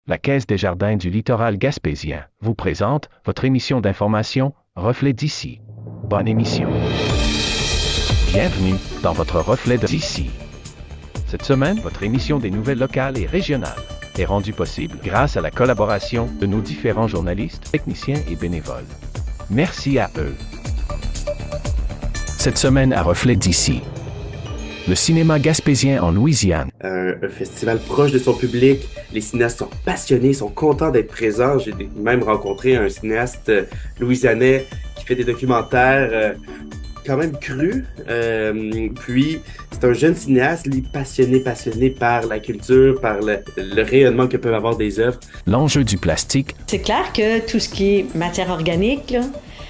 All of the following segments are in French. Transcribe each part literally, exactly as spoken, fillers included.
La Caisse des Jardins du littoral gaspésien vous présente votre émission d'information Reflet d'ici. Bonne émission. Bienvenue dans votre Reflet d'ici. Cette semaine, votre émission des nouvelles locales et régionales est rendue possible grâce à la collaboration de nos différents journalistes, techniciens et bénévoles. Merci à eux. Cette semaine à Reflet d'ici. Le cinéma gaspésien en Louisiane. Un, un festival proche de son public. Les cinéastes sont passionnés, sont contents d'être présents. J'ai même rencontré un cinéaste euh, louisianais qui fait des documentaires euh, quand même crus. Euh, puis, c'est un jeune cinéaste, lui, passionné, passionné par la culture, par le, le rayonnement que peuvent avoir des œuvres. L'enjeu du plastique. C'est clair que tout ce qui est matière organique, là,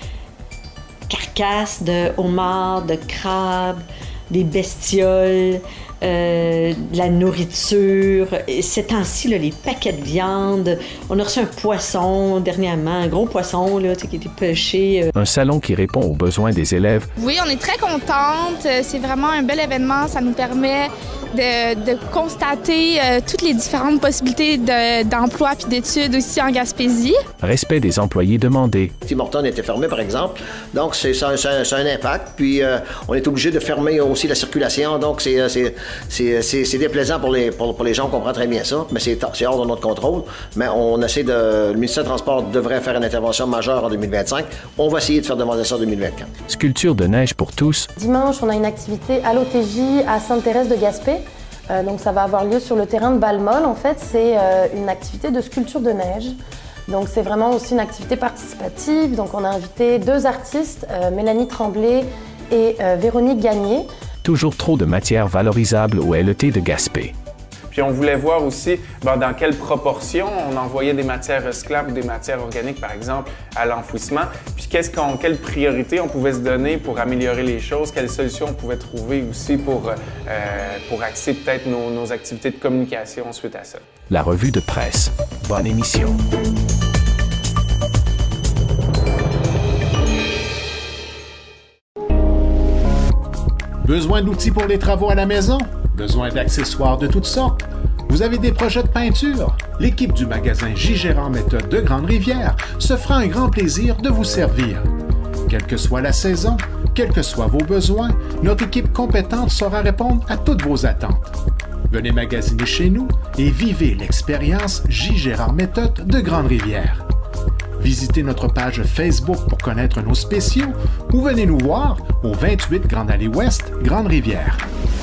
carcasses de homards, de crabes, des bestioles, euh, de la nourriture. Et ces temps-ci, là, les paquets de viande. On a reçu un poisson dernièrement, un gros poisson là, qui a été pêché. Euh. Un salon qui répond aux besoins des élèves. Oui, on est très contente. C'est vraiment un bel événement. Ça nous permet de, de constater euh, toutes les différentes possibilités de, d'emploi puis d'études aussi en Gaspésie. Respect des employés demandés. Tim Hortons était fermé, par exemple. Donc, c'est, ça, ça, ça a un impact. Puis, euh, on est obligé de fermer aussi la circulation. Donc, c'est, c'est, c'est, c'est, c'est déplaisant pour les, pour, pour les gens. On comprend très bien ça. Mais c'est, c'est hors de notre contrôle. Mais on essaie de... Le ministère des Transports devrait faire une intervention majeure en deux mille vingt-cinq. On va essayer de faire demander ça en deux mille vingt-quatre. Sculpture de neige pour tous. Dimanche, on a une activité à l'O T J à Sainte-Thérèse de Gaspé. Euh, donc ça va avoir lieu sur le terrain de Balmol. En fait, c'est euh, une activité de sculpture de neige. Donc c'est vraiment aussi une activité participative. Donc on a invité deux artistes, euh, Mélanie Tremblay et euh, Véronique Gagné. Toujours trop de matières valorisables au L E T de Gaspé. Puis on voulait voir aussi ben, dans quelle proportion on envoyait des matières recyclables ou des matières organiques, par exemple, à l'enfouissement. Puis qu'est-ce qu'on, quelle priorité on pouvait se donner pour améliorer les choses, quelles solutions on pouvait trouver aussi pour, euh, pour axer peut-être nos, nos activités de communication suite à ça. La revue de presse. Bonne émission. Besoin d'outils pour les travaux à la maison? Besoin d'accessoires de toutes sortes? Vous avez des projets de peinture? L'équipe du magasin J. Gérard Méthode de Grande-Rivière se fera un grand plaisir de vous servir. Quelle que soit la saison, quels que soient vos besoins, notre équipe compétente saura répondre à toutes vos attentes. Venez magasiner chez nous et vivez l'expérience J. Gérard Méthode de Grande-Rivière. Visitez notre page Facebook pour connaître nos spéciaux ou venez nous voir au vingt-huit Grande Allée Ouest, Grande-Rivière.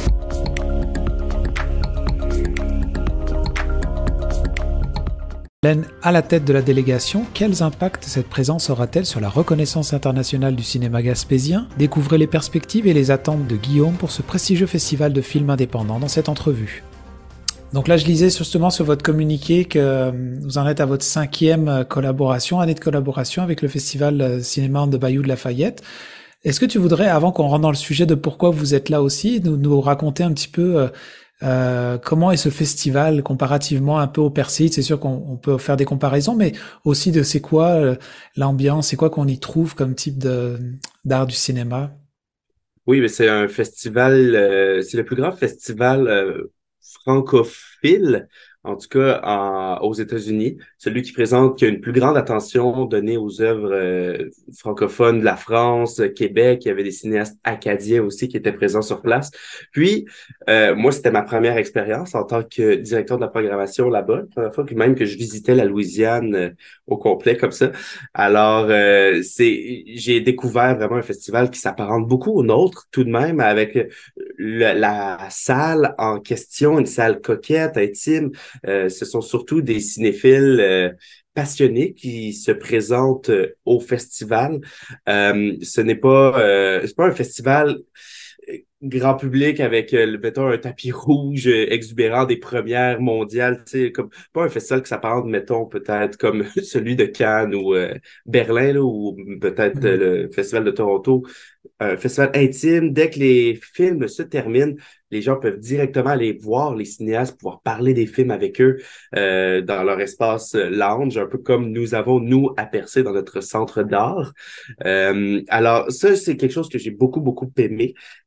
Hélène, à la tête de la délégation, quels impacts cette présence aura-t-elle sur la reconnaissance internationale du cinéma gaspésien? Découvrez les perspectives et les attentes de Guillaume pour ce prestigieux festival de films indépendants dans cette entrevue. Donc là, je lisais justement sur votre communiqué que vous en êtes à votre cinquième collaboration, année de collaboration avec le Festival Cinéma de Bayou de Lafayette. Est-ce que tu voudrais, avant qu'on rentre dans le sujet de pourquoi vous êtes là aussi, nous, nous raconter un petit peu... Euh, Euh, comment est ce festival comparativement un peu au Perseid? C'est sûr qu'on on peut faire des comparaisons, mais aussi de c'est quoi euh, l'ambiance, c'est quoi qu'on y trouve comme type de d'art du cinéma? Oui, mais c'est un festival, euh, c'est le plus grand festival euh, francophile, en tout cas en, aux États-Unis, celui qui présente qui a une plus grande attention donnée aux œuvres euh, francophones de la France, Québec. Il y avait des cinéastes acadiens aussi qui étaient présents sur place. Puis, euh, moi, c'était ma première expérience en tant que directeur de la programmation là-bas, la première fois que même que je visitais la Louisiane euh, au complet comme ça. Alors, euh, c'est j'ai découvert vraiment un festival qui s'apparente beaucoup au nôtre tout de même, avec le, la salle en question, une salle coquette, intime. Euh, ce sont surtout des cinéphiles euh, passionnés qui se présentent euh, au festival. Euh, ce n'est pas, euh, c'est pas un festival grand public avec, euh, mettons, un tapis rouge euh, exubérant des premières mondiales, tu sais, comme pas un festival qui s'apparente, mettons, peut-être comme celui de Cannes ou euh, Berlin, là, ou peut-être euh, le Festival de Toronto. Un festival intime. Dès que les films se terminent, les gens peuvent directement aller voir les cinéastes, pouvoir parler des films avec eux euh, dans leur espace lounge, un peu comme nous avons, nous, à Percé dans notre centre d'art. Euh, alors, ça, c'est quelque chose que j'ai beaucoup, beaucoup aimé. Euh,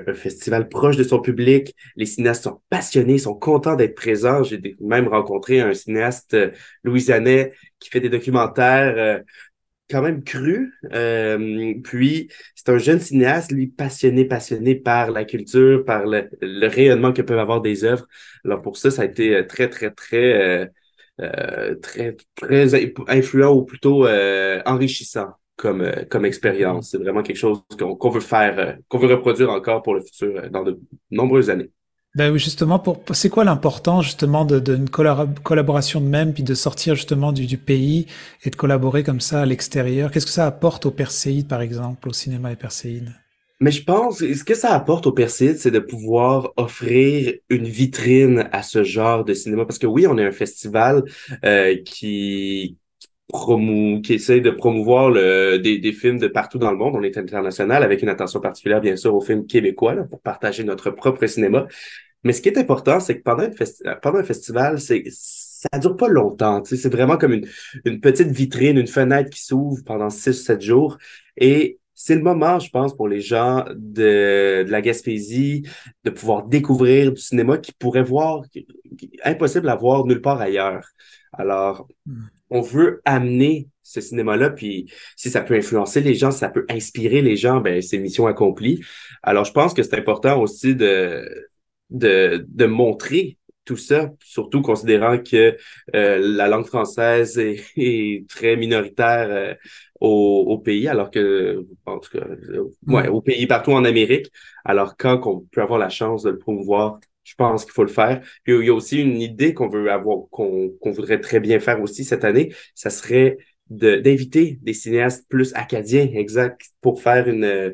un festival proche de son public. Les cinéastes sont passionnés, sont contents d'être présents. J'ai des- même rencontré un cinéaste euh, louisianais qui fait des documentaires euh, quand même crus. Euh, puis, c'est un jeune cinéaste, lui, passionné, passionné par la culture, par le, le rayonnement que peuvent avoir des œuvres. Alors, pour ça, ça a été euh, très, très, très, euh, euh, très, très influent ou plutôt euh, enrichissant comme, euh, comme expérience. C'est vraiment quelque chose qu'on qu'on veut faire, euh, qu'on veut reproduire encore pour le futur euh, dans de nombreuses années. Ben oui, justement, pour, c'est quoi l'important justement de, d'une collab- collaboration de même, puis de sortir justement du, du pays et de collaborer comme ça à l'extérieur? Qu'est-ce que ça apporte aux Perséides, par exemple, au cinéma et Perséides? Mais je pense, ce que ça apporte au Perséide, c'est de pouvoir offrir une vitrine à ce genre de cinéma. Parce que oui, on est un festival euh, qui promou qui essaie de promouvoir le, des, des films de partout dans le monde. On est international avec une attention particulière, bien sûr, aux films québécois là, pour partager notre propre cinéma. Mais ce qui est important, c'est que pendant, une festi- pendant un festival, c'est ça dure pas longtemps. Tu sais, c'est vraiment comme une, une petite vitrine, une fenêtre qui s'ouvre pendant six, sept jours. Et c'est le moment, je pense, pour les gens de, de la Gaspésie de pouvoir découvrir du cinéma qu'ils pourraient voir, qui- qui- impossible à voir nulle part ailleurs. Alors, on veut amener ce cinéma-là, puis si ça peut influencer les gens, si ça peut inspirer les gens, ben c'est mission accomplie. Alors, je pense que c'est important aussi de, de, de montrer tout ça, surtout considérant que euh, la langue française est, est très minoritaire euh, au, au pays, alors que, en tout cas, euh, ouais, au pays partout en Amérique. Alors, quand on peut avoir la chance de le promouvoir, je pense qu'il faut le faire. Puis, il y a aussi une idée qu'on veut avoir, qu'on qu'on voudrait très bien faire aussi cette année, ça serait de d'inviter des cinéastes plus acadiens, exact, pour faire une euh,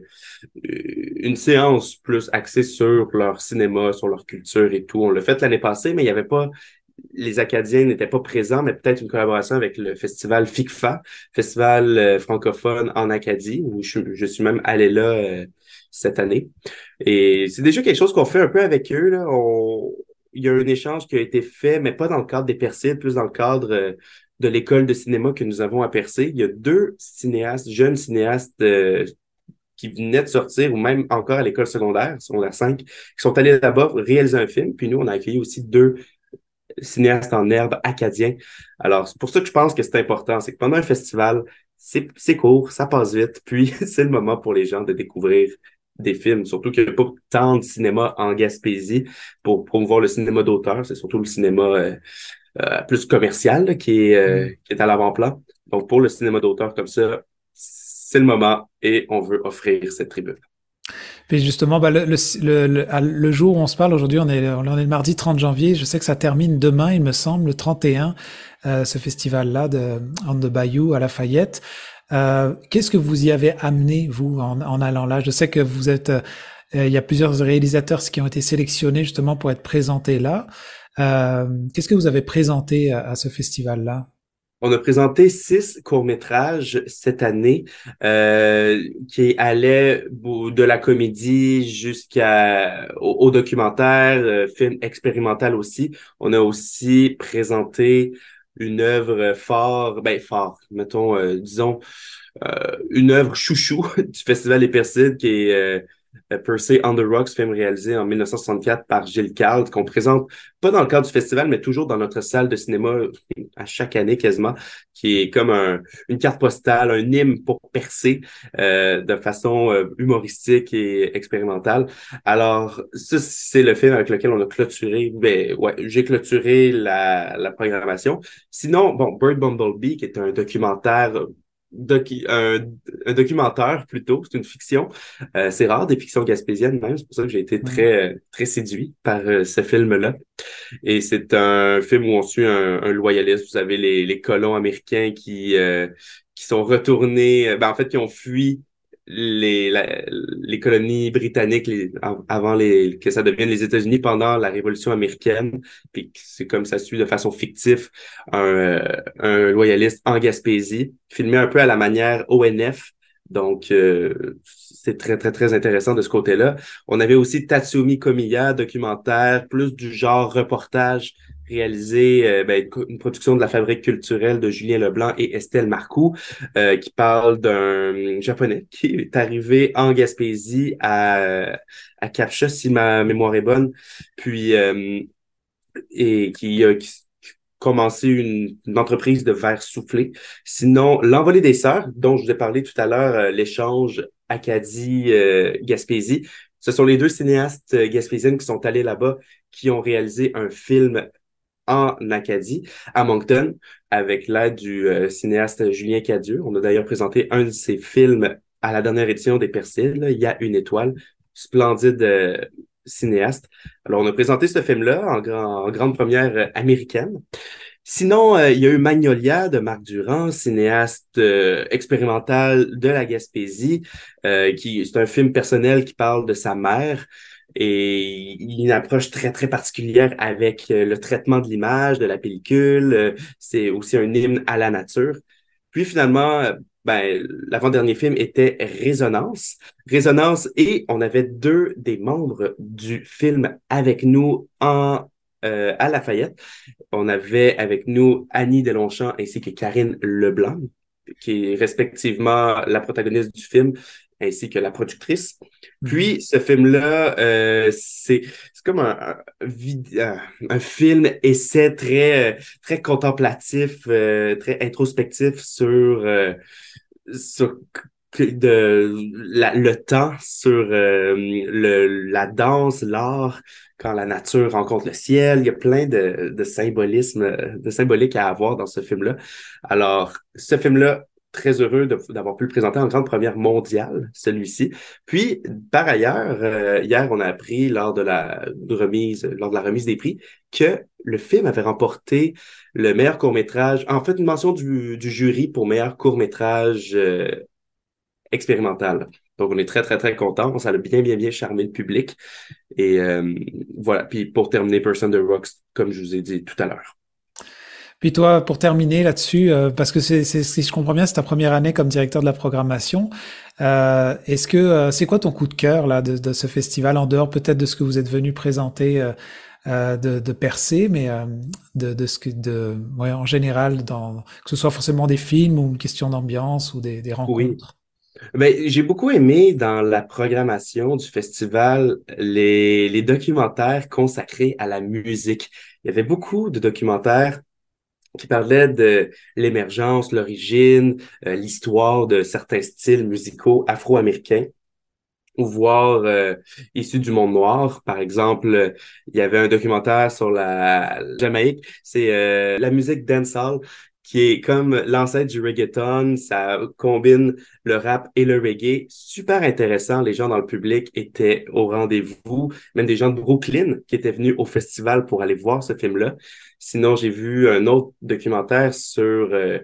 une séance plus axée sur leur cinéma, sur leur culture et tout. On l'a fait l'année passée, mais il y avait pas les Acadiens n'étaient pas présents, mais peut-être une collaboration avec le festival FICFA, festival euh, francophone en Acadie, où je, je suis même allé là euh, cette année. Et c'est déjà quelque chose qu'on fait un peu avec eux, là. On... Il y a un échange qui a été fait, mais pas dans le cadre des Perséides, plus dans le cadre euh, de l'école de cinéma que nous avons à Percé. Il y a deux cinéastes, jeunes cinéastes euh, qui venaient de sortir, ou même encore à l'école secondaire, secondaire cinq, qui sont allés là-bas réaliser un film. Puis nous, on a accueilli aussi deux cinéastes en herbe acadiens. Alors, c'est pour ça que je pense que c'est important. C'est que pendant un festival, c'est, c'est court, ça passe vite, puis c'est le moment pour les gens de découvrir des films. Surtout qu'il n'y a pas tant de cinéma en Gaspésie pour promouvoir le cinéma d'auteur. C'est surtout le cinéma euh, euh, plus commercial là, qui, est, euh, qui est à l'avant-plan. Donc, pour le cinéma d'auteur comme ça, c'est le moment et on veut offrir cette tribune. Puis justement, bah, le, le, le, le, le jour où on se parle aujourd'hui, on est, on est le mardi trente janvier. Je sais que ça termine demain, il me semble, le trente et un, euh, ce festival-là de On the Bayou à Lafayette. Euh, qu'est-ce que vous y avez amené, vous, en, en allant là? Je sais que vous êtes, euh, il y a plusieurs réalisateurs qui ont été sélectionnés justement pour être présentés là. Euh, qu'est-ce que vous avez présenté à, à ce festival-là? On a présenté six courts-métrages cette année euh, qui allaient de la comédie jusqu'à au, au documentaire, euh, film expérimental aussi. On a aussi présenté une œuvre fort, ben fort, mettons, euh, disons, euh, une œuvre chouchou du Festival des Perséides qui est euh, Percy on the Rocks, film réalisé en dix-neuf cent soixante-quatre par Gilles Calde, qu'on présente pas dans le cadre du festival, mais toujours dans notre salle de cinéma à chaque année quasiment, qui est comme un, une carte postale, un hymne pour Percé euh, de façon euh, humoristique et expérimentale. Alors, ça, c'est le film avec lequel on a clôturé, ben ouais, j'ai clôturé la, la programmation. Sinon, bon, Bird Bumblebee, qui est un documentaire Docu un, un documentaire plutôt, c'est une fiction. Euh, c'est rare des fictions gaspésiennes même, c'est pour ça que j'ai été très très séduit par euh, ce film-là. Et c'est un film où on suit un, un loyaliste. Vous avez les, les colons américains qui euh, qui sont retournés, ben en fait qui ont fui les la, les colonies britanniques les, avant les que ça devienne les États-Unis pendant la Révolution américaine, puis c'est comme ça suit de façon fictive un, un loyaliste en Gaspésie, filmé un peu à la manière O N F. Donc euh, c'est très très très intéressant de ce côté-là. On avait aussi Tatsumi Komiya, documentaire plus du genre reportage réalisé euh, ben, une production de la Fabrique culturelle de Julien Leblanc et Estelle Marcoux, euh, qui parle d'un Japonais qui est arrivé en Gaspésie à, à Captcha, si ma mémoire est bonne, puis euh, et qui a commencé une, une entreprise de verre soufflé. Sinon, L'Envolée des Sœurs, dont je vous ai parlé tout à l'heure, euh, l'échange Acadie-Gaspésie, ce sont les deux cinéastes euh, gaspésiennes qui sont allés là-bas, qui ont réalisé un film en Acadie, à Moncton, avec l'aide du euh, cinéaste Julien Cadieux. On a d'ailleurs présenté un de ses films à la dernière édition des Percils, là, Il y a une étoile, splendide euh, cinéaste. Alors, on a présenté ce film-là en, grand, en grande première euh, américaine. Sinon, euh, il y a eu Magnolia de Marc Durand, cinéaste euh, expérimental de la Gaspésie, euh, qui c'est un film personnel qui parle de sa mère. Et il y a une approche très, très particulière avec euh, le traitement de l'image, de la pellicule. Euh, c'est aussi un hymne à la nature. Puis finalement, euh, ben, l'avant-dernier film était Résonance. Résonance, et on avait deux des membres du film avec nous en euh, à Lafayette. On avait avec nous Annie Delonchamp ainsi que Karine Leblanc, qui est respectivement la protagoniste du film ainsi que la productrice. Puis, ce film-là, euh, c'est, c'est comme un, un, un, un film essai très, très contemplatif, euh, très introspectif sur, euh, sur de, la, le temps, sur euh, le, la danse, l'art, quand la nature rencontre le ciel. Il y a plein de, de symbolisme, de symbolique à avoir dans ce film-là. Alors, ce film-là, très heureux de, d'avoir pu le présenter en grande première mondiale, celui-ci. Puis, par ailleurs, euh, hier, on a appris lors de la remise, lors de la remise des prix, que le film avait remporté le meilleur court-métrage, en fait, une mention du, du jury pour meilleur court-métrage euh, expérimental. Donc, on est très, très, très contents. Ça a bien, bien, bien charmé le public. Et euh, voilà. Puis, pour terminer, Person the Rocks, comme je vous ai dit tout à l'heure. Puis toi, pour terminer là-dessus, euh, parce que c'est, c'est, si je comprends bien, c'est ta première année comme directeur de la programmation. Euh, est-ce que euh, c'est quoi ton coup de cœur là de, de ce festival, en dehors peut-être de ce que vous êtes venu présenter euh, euh, de, de Percé, mais euh, de, de ce que, de, ouais, en général, dans, que ce soit forcément des films ou une question d'ambiance ou des, des rencontres. Oui. Ben, j'ai beaucoup aimé dans la programmation du festival les, les documentaires consacrés à la musique. Il y avait beaucoup de documentaires qui parlait de l'émergence, l'origine, euh, l'histoire de certains styles musicaux afro-américains, ou voire euh, issus du monde noir. Par exemple, euh, il y avait un documentaire sur la Jamaïque, c'est euh, la musique dancehall, qui est comme l'ancêtre du reggaeton. Ça combine le rap et le reggae. Super intéressant. Les gens dans le public étaient au rendez-vous. Même des gens de Brooklyn qui étaient venus au festival pour aller voir ce film-là. Sinon, j'ai vu un autre documentaire sur euh,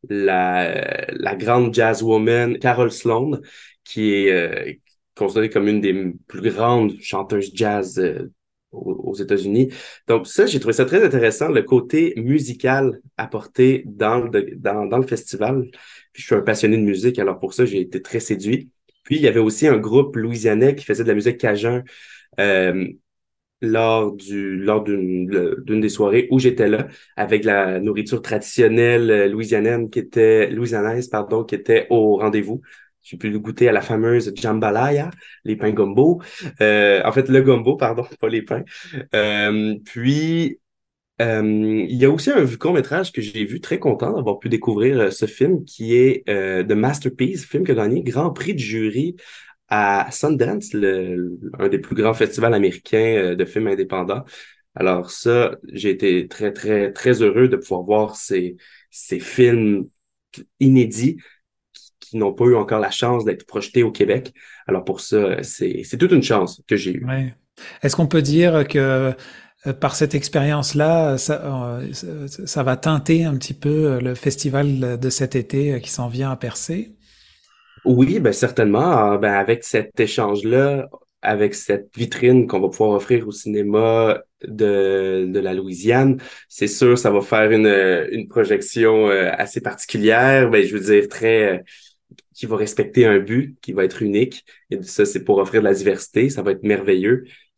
la, la grande jazzwoman Carol Sloan, qui est euh, considérée comme une des plus grandes chanteuses jazz euh, aux États-Unis. Donc ça, j'ai trouvé ça très intéressant, le côté musical apporté dans le, dans, dans le festival. Puis je suis un passionné de musique, alors pour ça, j'ai été très séduit. Puis il y avait aussi un groupe louisianais qui faisait de la musique cajun euh, lors du lors d'une, d'une des soirées où j'étais là, avec la nourriture traditionnelle louisianaise qui était louisianaise, pardon, qui était au rendez-vous. J'ai pu goûter à la fameuse jambalaya, les pains gumbo. Euh, en fait, le gumbo, pardon, pas les pains. Euh, puis, euh, il y a aussi un court-métrage que j'ai vu, très content d'avoir pu découvrir euh, ce film, qui est euh, The Masterpiece, film qui a gagné Grand Prix de jury à Sundance, le, un des plus grands festivals américains euh, de films indépendants. Alors ça, j'ai été très, très, très heureux de pouvoir voir ces, ces films inédits qui n'ont pas eu encore la chance d'être projetés au Québec. Alors pour ça, c'est, c'est toute une chance que j'ai eue. Ouais. Est-ce qu'on peut dire que euh, par cette expérience-là, ça, euh, ça, ça va teinter un petit peu le festival de cet été qui s'en vient à Percé? Oui, ben certainement. Ben avec cet échange-là, avec cette vitrine qu'on va pouvoir offrir au cinéma de, de la Louisiane, c'est sûr, ça va faire une, une projection assez particulière. Ben, je veux dire, très... qui va respecter un but, qui va être unique. Et ça, c'est pour offrir de la diversité. Ça va être merveilleux.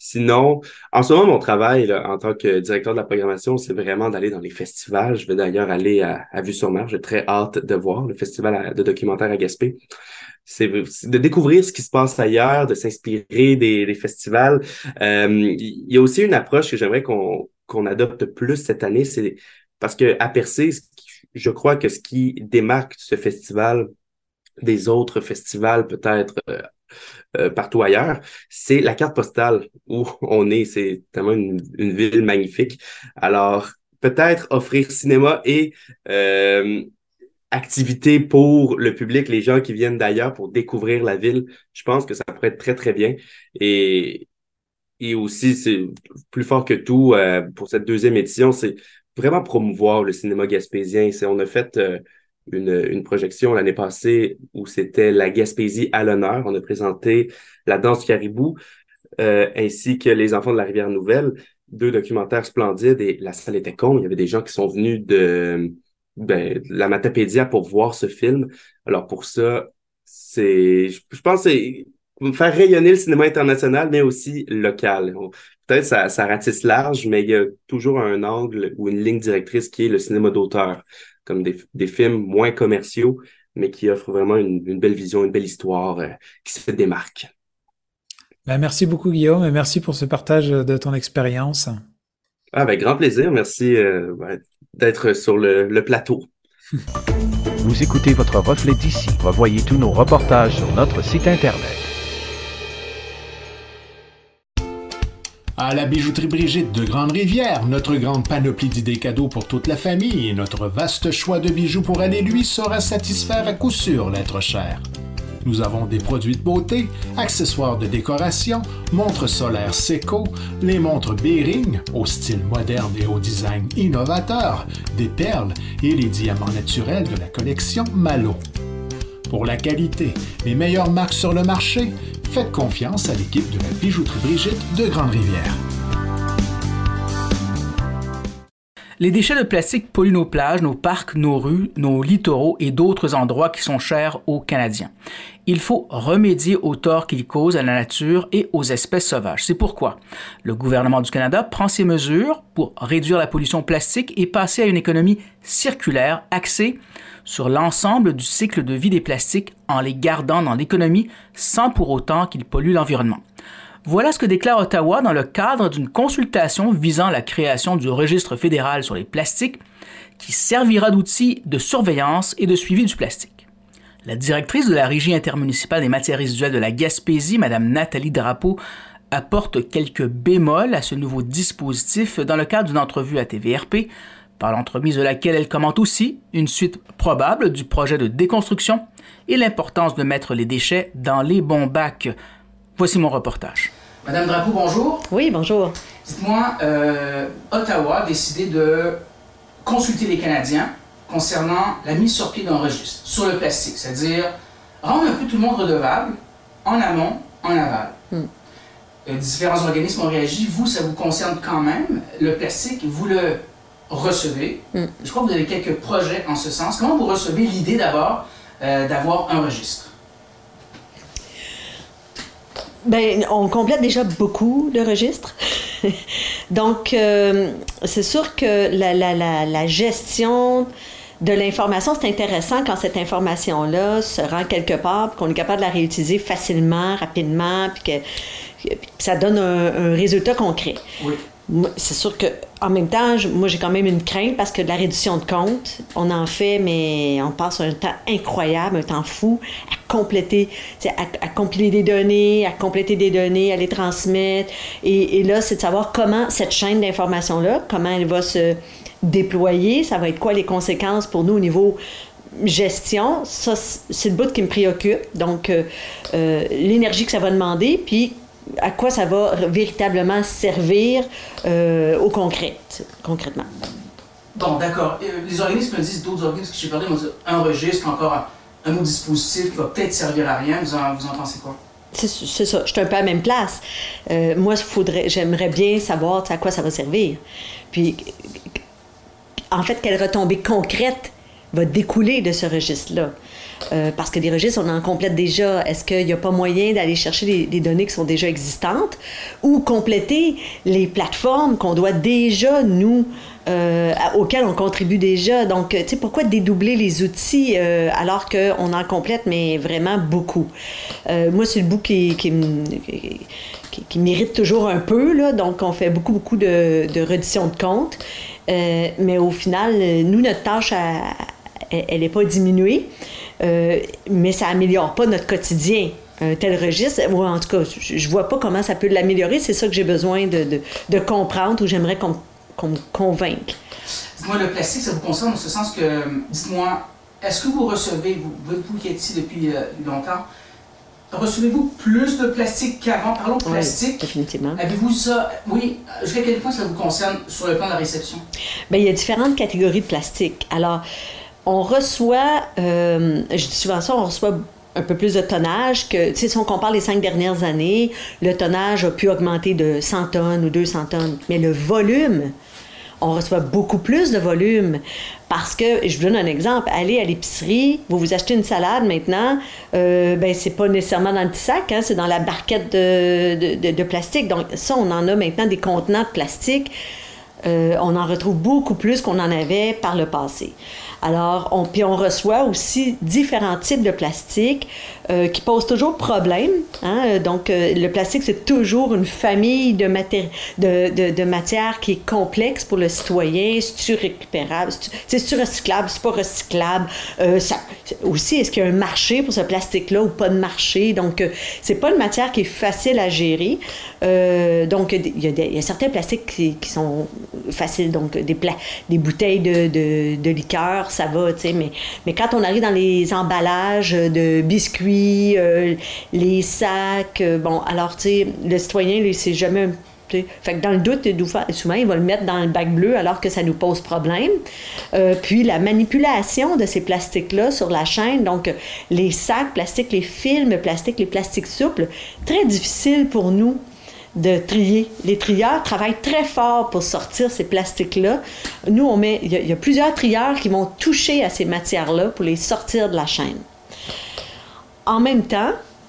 Sinon, en ce moment, mon travail là, en tant que directeur de la programmation, c'est vraiment d'aller dans les festivals. Je vais d'ailleurs aller à, à Vue-sur-Mer. J'ai très hâte de voir le festival de documentaire à Gaspé. C'est de découvrir ce qui se passe ailleurs, de s'inspirer des, des festivals. Euh, il y a aussi une approche que j'aimerais qu'on qu'on adopte plus cette année, c'est parce que à Percé, je crois que ce qui démarque ce festival des autres festivals, peut-être euh, euh, partout ailleurs, c'est la carte postale où on est. C'est tellement une, une ville magnifique. Alors, peut-être offrir cinéma et euh, activités pour le public, les gens qui viennent d'ailleurs pour découvrir la ville. Je pense que ça pourrait être très, très bien. Et, et aussi, c'est plus fort que tout euh, pour cette deuxième édition, c'est vraiment promouvoir le cinéma gaspésien. C'est, on a fait euh, une, une projection l'année passée où c'était la Gaspésie à l'honneur. On a présenté La danse du caribou euh, ainsi que Les enfants de la rivière Nouvelle, deux documentaires splendides et la salle était con. Il y avait des gens qui sont venus de, ben, de la Matapédia pour voir ce film. Alors pour ça, c'est, je, je pense que c'est faire rayonner le cinéma international, mais aussi local. On, peut-être ça, ça ratisse large, mais il y a toujours un angle ou une ligne directrice qui est le cinéma d'auteur, comme des, des films moins commerciaux, mais qui offrent vraiment une, une belle vision, une belle histoire euh, qui se démarque. Ben, merci beaucoup Guillaume et merci pour ce partage de ton expérience. Ah, avec grand plaisir. Merci euh, d'être sur le, le plateau. Vous écoutez votre reflet d'ici. Revoyez tous nos reportages sur notre site Internet. À la bijouterie Brigitte de Grande-Rivière, notre grande panoplie d'idées cadeaux pour toute la famille et notre vaste choix de bijoux pour aller lui saura satisfaire à coup sûr l'être cher. Nous avons des produits de beauté, accessoires de décoration, montres solaires Seiko, les montres Bering au style moderne et au design innovateur, des perles et les diamants naturels de la collection Malo. Pour la qualité, les meilleures marques sur le marché, faites confiance à l'équipe de la bijouterie Brigitte de Grande-Rivière. Les déchets de plastique polluent nos plages, nos parcs, nos rues, nos littoraux et d'autres endroits qui sont chers aux Canadiens. Il faut remédier aux torts qu'ils causent à la nature et aux espèces sauvages. C'est pourquoi le gouvernement du Canada prend ces mesures pour réduire la pollution plastique et passer à une économie circulaire axée sur l'ensemble du cycle de vie des plastiques en les gardant dans l'économie sans pour autant qu'ils polluent l'environnement. Voilà ce que déclare Ottawa dans le cadre d'une consultation visant la création du registre fédéral sur les plastiques qui servira d'outil de surveillance et de suivi du plastique. La directrice de la Régie intermunicipale des matières résiduelles de la Gaspésie, Mme Nathalie Drapeau, apporte quelques bémols à ce nouveau dispositif dans le cadre d'une entrevue à T V R P, par l'entremise de laquelle elle commente aussi une suite probable du projet de déconstruction et l'importance de mettre les déchets dans les bons bacs. Voici mon reportage. Madame Drapeau, bonjour. Oui, bonjour. Dites-moi, euh, Ottawa a décidé de consulter les Canadiens concernant la mise sur pied d'un registre sur le plastique, c'est-à-dire rendre un peu tout le monde redevable, en amont, en aval. Mm. Euh, différents organismes ont réagi. Vous, ça vous concerne quand même. Le plastique, vous le recevez. Mm. Je crois que vous avez quelques projets en ce sens. Comment vous recevez l'idée d'abord euh, d'avoir un registre? Ben, on complète déjà beaucoup de registres. Donc, euh, c'est sûr que la, la, la, la gestion de l'information, c'est intéressant quand cette information-là se rend quelque part, puis qu'on est capable de la réutiliser facilement, rapidement, puis que, que ça donne un, un résultat concret. Oui. C'est sûr que en même temps, je, moi, j'ai quand même une crainte parce que de la réduction de compte, on en fait, mais on passe un temps incroyable, un temps fou à compléter, à, à compiler des données, à compléter des données, à les transmettre. Et, et là, c'est de savoir comment cette chaîne d'information-là, comment elle va se déployer, ça va être quoi les conséquences pour nous au niveau gestion. Ça, c'est le bout qui me préoccupe. Donc, euh, euh, l'énergie que ça va demander, puis à quoi ça va véritablement servir euh, au concret, concrètement. Bon, d'accord. Euh, les organismes me disent, d'autres organismes que j'ai parlé, m'ont dit un registre, encore un, un autre dispositif qui va peut-être servir à rien. Vous en, vous en pensez quoi? C'est, c'est ça. Je suis un peu à la même place. Euh, moi, faudrait, j'aimerais bien savoir à quoi ça va servir. Puis, en fait, quelle retombée concrète va découler de ce registre-là. Euh, parce que des registres, on en complète déjà. Est-ce qu'il n'y a pas moyen d'aller chercher des, des données qui sont déjà existantes ou compléter les plateformes qu'on doit déjà, nous, euh, auxquelles on contribue déjà? Donc, tu sais, pourquoi dédoubler les outils euh, alors qu'on en complète, mais vraiment beaucoup? Euh, moi, c'est le bout qui, qui, qui, qui, qui mérite toujours un peu, là. Donc, on fait beaucoup, beaucoup de, de reddition de comptes. Euh, mais au final, nous, notre tâche, elle n'est pas diminuée. Euh, mais ça améliore pas notre quotidien, un tel registre. Ou en tout cas, je, je vois pas comment ça peut l'améliorer. C'est ça que j'ai besoin de, de, de comprendre ou j'aimerais qu'on, qu'on me convainque. Dites-moi, le plastique, ça vous concerne en ce sens que, dites-moi, est-ce que vous recevez, vous, vous qui êtes ici depuis euh, longtemps, recevez-vous plus de plastique qu'avant? Parlons de plastique. Oui, définitivement. Avez-vous ça? Oui. Jusqu'à quel point ça vous concerne sur le plan de la réception? Bien, il y a différentes catégories de plastique. Alors, on reçoit, euh, je dis souvent ça, on reçoit un peu plus de tonnage que, tu sais, si on compare les cinq dernières années, le tonnage a pu augmenter de cent tonnes ou deux cents tonnes. Mais le volume, on reçoit beaucoup plus de volume. Parce que, je vous donne un exemple, allez à l'épicerie, vous vous achetez une salade maintenant, euh, ben c'est pas nécessairement dans le petit sac, hein, c'est dans la barquette de, de, de, de plastique. Donc ça, on en a maintenant des contenants de plastique. Euh, on en retrouve beaucoup plus qu'on en avait par le passé. Alors, on, puis on reçoit aussi différents types de plastique euh, qui posent toujours problème. Hein? Donc, euh, le plastique, c'est toujours une famille de, maté- de, de, de matières qui est complexe pour le citoyen. C'est-tu récupérable? C'est-tu, c'est-tu recyclable? C'est pas recyclable? Euh, ça, aussi, est-ce qu'il y a un marché pour ce plastique-là ou pas de marché? Donc, euh, c'est pas une matière qui est facile à gérer. Euh, donc, il y, a des, il y a certains plastiques qui, qui sont faciles. Donc, des, pla- des bouteilles de, de, de liqueur, ça va, tu sais, mais, mais quand on arrive dans les emballages de biscuits, euh, les sacs, euh, bon, alors, tu sais, le citoyen, lui, c'est jamais... T'sais, fait que dans le doute, souvent, il va le mettre dans le bac bleu alors que ça nous pose problème. Euh, puis, la manipulation de ces plastiques-là sur la chaîne, donc les sacs plastiques, les films plastiques, les plastiques souples, très difficile pour nous de trier. Les trieurs travaillent très fort pour sortir ces plastiques-là. Nous, on met, il y, y a plusieurs trieurs qui vont toucher à ces matières-là pour les sortir de la chaîne. En même temps,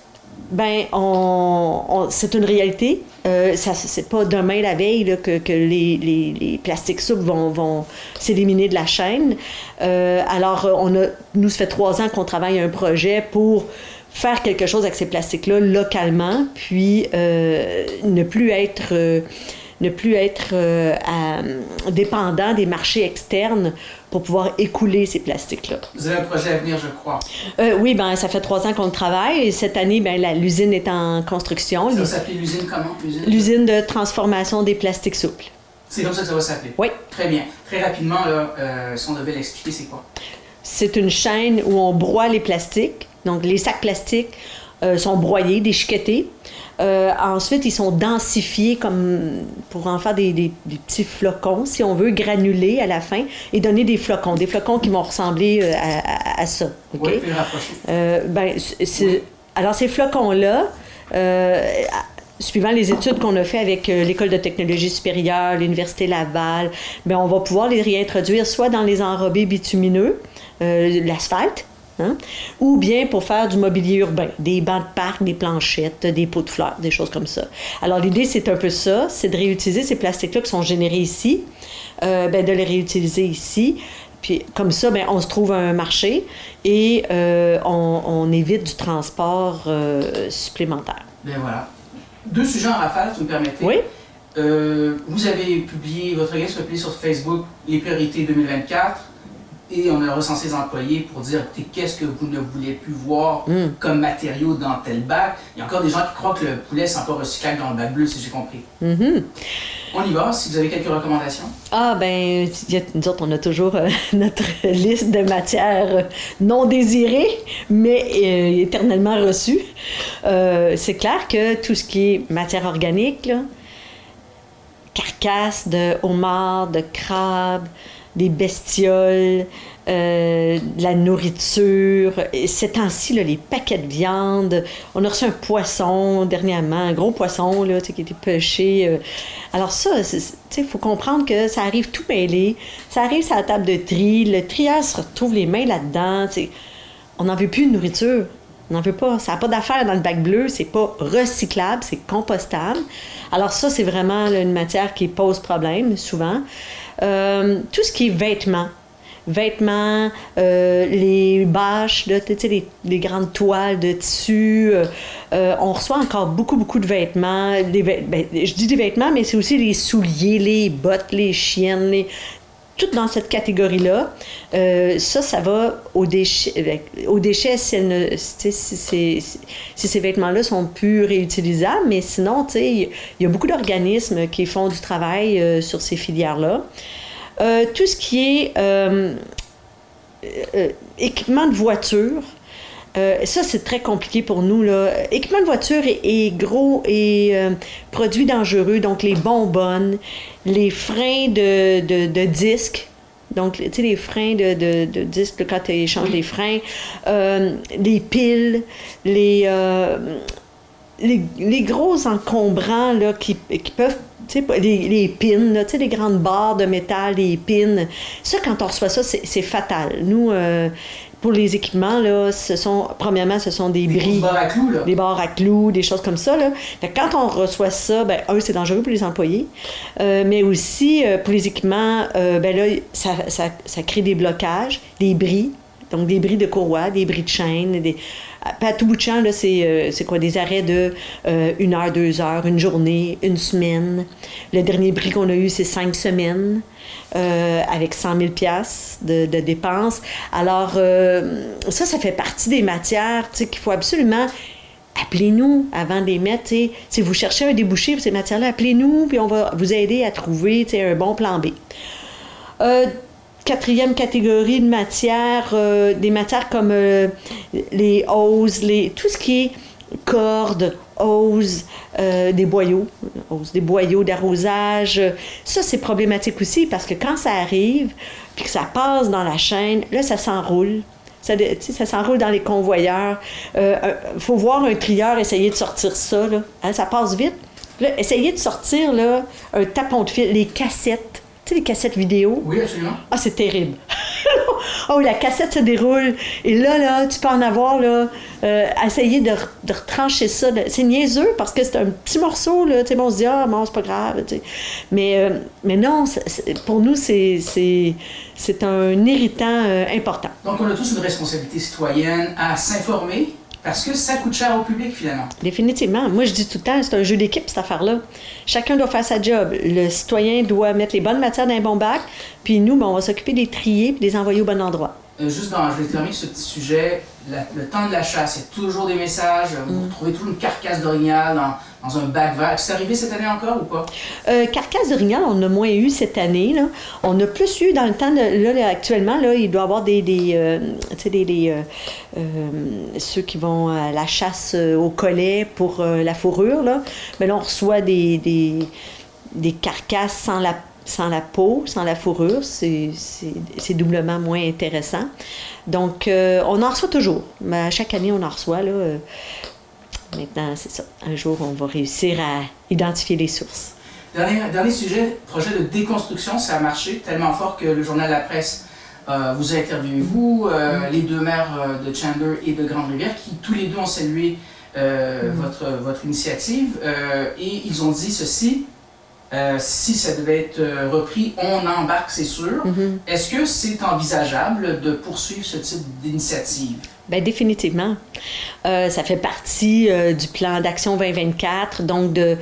ben, on, on, c'est une réalité. Euh, ça, c'est pas demain la veille là, que, que les, les, les plastiques souples vont, vont s'éliminer de la chaîne. Euh, alors, on a, nous, ça fait trois ans qu'on travaille un projet pour faire quelque chose avec ces plastiques-là localement, puis euh, ne plus être, euh, ne plus être euh, à, dépendant des marchés externes pour pouvoir écouler ces plastiques-là. Vous avez un projet à venir, je crois. Euh, oui, ben ça fait trois ans qu'on travaille. Et cette année, ben la, l'usine est en construction. Ça va s'appeler l'usine comment? L'usine, l'usine de transformation des plastiques souples. C'est comme ça que ça va s'appeler? Oui. Très bien. Très rapidement, là, euh, si on devait l'expliquer, c'est quoi? C'est une chaîne où on broie les plastiques. Donc, les sacs plastiques euh, sont broyés, déchiquetés. Euh, ensuite, ils sont densifiés comme pour en faire des, des, des petits flocons, si on veut, granulés à la fin, et donner des flocons, des flocons qui vont ressembler euh, à, à, à ça. Okay? Oui, puis rapprocher. Euh, ben, c'est, oui. Alors, ces flocons-là, euh, suivant les études qu'on a fait avec euh, l'École de technologie supérieure, l'Université Laval, bien, on va pouvoir les réintroduire soit dans les enrobés bitumineux, euh, l'asphalte, hein, ou bien pour faire du mobilier urbain, des bancs de parc, des planchettes, des pots de fleurs, des choses comme ça. Alors, l'idée, c'est un peu ça, c'est de réutiliser ces plastiques-là qui sont générés ici, euh, bien, de les réutiliser ici. Puis comme ça, bien, on se trouve un marché et euh, on, on évite du transport euh, supplémentaire. Bien voilà. Deux sujets en rafale, si vous me permettez. Oui. Euh, vous avez publié, votre organisme a publié sur Facebook les priorités deux mille vingt-quatre et on a recensé les employés pour dire, écoutez, qu'est-ce que vous ne voulez plus voir mm. comme matériaux dans tel bac. Il y a encore des gens qui croient que le poulet, c'est encore recyclable dans le bac bleu, si j'ai compris. Mm-hmm. On y va, si vous avez quelques recommandations. Ah, ben, nous autres, on a toujours euh, notre liste de matières non désirées, mais euh, éternellement reçues. Euh, c'est clair que tout ce qui est matière organique, là, carcasse de homard, de crabe, des bestioles, euh, de la nourriture. Et ces temps-ci, là, les paquets de viande. On a reçu un poisson dernièrement, un gros poisson là, qui était pêché. Euh. Alors ça, il faut comprendre que ça arrive tout mêlé. Ça arrive sur la table de tri. Le trieur se retrouve les mains là-dedans. T'sais. On n'en veut plus de nourriture. On n'en veut pas. Ça n'a pas d'affaire dans le bac bleu. C'est pas recyclable, c'est compostable. Alors ça, c'est vraiment là, une matière qui pose problème, souvent. Euh, tout ce qui est vêtements. Vêtements, euh, les bâches, là, les, les grandes toiles de tissu. Euh, euh, on reçoit encore beaucoup, beaucoup de vêtements. Des, ben, je dis des vêtements, mais c'est aussi les souliers, les bottes, les chiennes, les... tout dans cette catégorie-là. Euh, ça, ça va aux déchets, aux déchets si, elles ne, si, si, si, si ces vêtements-là sont plus réutilisables, mais sinon, il y a beaucoup d'organismes qui font du travail euh, sur ces filières-là. Euh, tout ce qui est euh, euh, équipement de voiture, euh, ça, c'est très compliqué pour nous, là. Équipement de voiture est, est gros et euh, produits dangereux, donc les bonbonnes, les freins de, de, de disques, donc, tu sais, les freins de, de, de disques, quand tu échanges les freins, euh, les piles, les, euh, les, les gros encombrants, là, qui, qui peuvent... Tu sais, les, les pins, là, tu sais, les grandes barres de métal, les pins. Ça, quand on reçoit ça, c'est, c'est fatal. Nous, euh, pour les équipements, là, ce sont, premièrement, ce sont des, des bris. Des barres à clous, là. Des barres à clous, des choses comme ça, là. Fait que quand on reçoit ça, ben, un, c'est dangereux pour les employés, euh, mais aussi, euh, pour les équipements, euh, ben là, ça, ça, ça crée des blocages, des bris, donc des bris de courroie, des bris de chaîne, des... À tout bout de champ, là, c'est, euh, c'est quoi, des arrêts de euh, une heure, deux heures, une journée, une semaine. Le dernier bris qu'on a eu, c'est cinq semaines, euh, avec cent mille dollars de, de dépenses. Alors, euh, ça, ça fait partie des matières qu'il faut absolument... Appelez-nous avant de les mettre. T'sais. Si vous cherchez un débouché pour ces matières-là, appelez-nous, puis on va vous aider à trouver un bon plan B. Euh, Quatrième catégorie de matières, euh, des matières comme euh, les hoses, les, tout ce qui est cordes, hoses, euh, des boyaux, hoses, des boyaux d'arrosage. Ça, c'est problématique aussi parce que quand ça arrive, puis que ça passe dans la chaîne, là, ça s'enroule. Ça, ça s'enroule dans les convoyeurs. Il euh, faut voir un trieur essayer de sortir ça. Là. Hein, ça passe vite. Là, essayez de sortir là, un tapon de fil, les cassettes. Tu sais, les cassettes vidéo? Oui, absolument. Ah, c'est terrible. Oh, la cassette se déroule. Et là, là, tu peux en avoir, là, euh, essayer de, de retrancher ça. De... C'est niaiseux parce que c'est un petit morceau, là. Tu sais, bon, on se dit, ah, bon, c'est pas grave, tu sais. Mais, euh, mais non, c'est, pour nous, c'est, c'est, c'est un irritant euh, important. Donc, on a tous une responsabilité citoyenne à s'informer. Parce que ça coûte cher au public, finalement. Définitivement. Moi, je dis tout le temps, c'est un jeu d'équipe, cette affaire-là. Chacun doit faire sa job. Le citoyen doit mettre les bonnes matières dans un bon bac, puis nous, ben, on va s'occuper des trier et de les envoyer au bon endroit. Euh, juste dans, je vais terminer ce petit sujet, la, le temps de la chasse, il y a toujours des messages, mm. vous retrouvez toujours une carcasse d'orignal dans, dans un bac vert. C'est arrivé cette année encore ou pas? Euh, carcasse d'orignal, on en a moins eu cette année. Là. On a plus eu dans le temps, de, là, là actuellement, là, il doit y avoir des, des, euh, tu sais, des, des euh, euh, ceux qui vont à la chasse euh, au collet pour euh, la fourrure. Là. Mais là, on reçoit des, des, des carcasses sans la sans la peau, sans la fourrure, c'est, c'est, c'est doublement moins intéressant. Donc, euh, on en reçoit toujours. Mais à chaque année, on en reçoit. Là, euh, maintenant, c'est ça. Un jour, on va réussir à identifier les sources. Dernier, dernier sujet, projet de déconstruction, ça a marché tellement fort que le Journal de la Presse euh, vous a interviewé, vous, euh, mm-hmm. les deux maires de Chandler et de Grande-Rivière, qui tous les deux ont salué euh, mm-hmm. votre, votre initiative. Euh, et ils ont dit ceci... Euh, si ça devait être euh, repris, on embarque, c'est sûr. Mm-hmm. Est-ce que c'est envisageable de poursuivre ce type d'initiative? Bien, définitivement. Euh, ça fait partie euh, du plan d'action vingt vingt-quatre, donc de,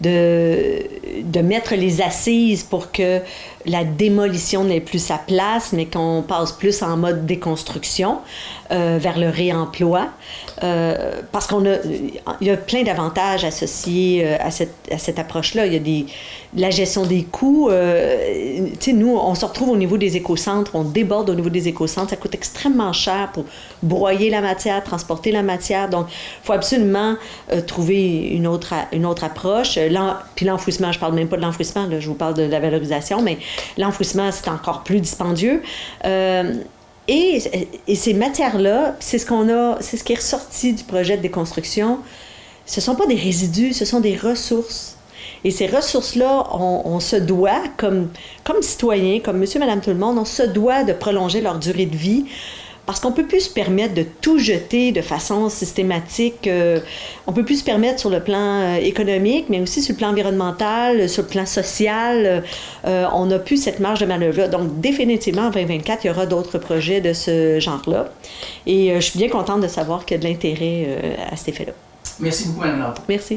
de, de mettre les assises pour que la démolition n'ait plus sa place, mais qu'on passe plus en mode déconstruction euh, vers le réemploi. Euh, parce qu'on a, il y a plein d'avantages associés à cette, à cette approche-là. Il y a des, la gestion des coûts. Euh, tu sais, nous, on se retrouve au niveau des écocentres, on déborde au niveau des écocentres. Ça coûte extrêmement cher pour broyer la matière, transporter la matière. Donc, il faut absolument euh, trouver une autre, une autre approche. L'en, puis l'enfouissement, je ne parle même pas de l'enfouissement, là, je vous parle de la valorisation, mais l'enfouissement, c'est encore plus dispendieux. Euh, et, et ces matières-là, c'est ce qu'on a, c'est ce qui est ressorti du projet de déconstruction. Ce ne sont pas des résidus, ce sont des ressources. Et ces ressources-là, on, on se doit, comme, comme citoyens, comme monsieur, madame, tout le monde, on se doit de prolonger leur durée de vie parce qu'on ne peut plus se permettre de tout jeter de façon systématique. Euh, on ne peut plus se permettre sur le plan euh, économique, mais aussi sur le plan environnemental, sur le plan social. Euh, on n'a plus cette marge de manœuvre-là. Donc, définitivement, en vingt vingt-quatre, il y aura d'autres projets de ce genre-là. Et euh, je suis bien contente de savoir qu'il y a de l'intérêt euh, à cet effet-là. Merci beaucoup, Mme Laure. Merci.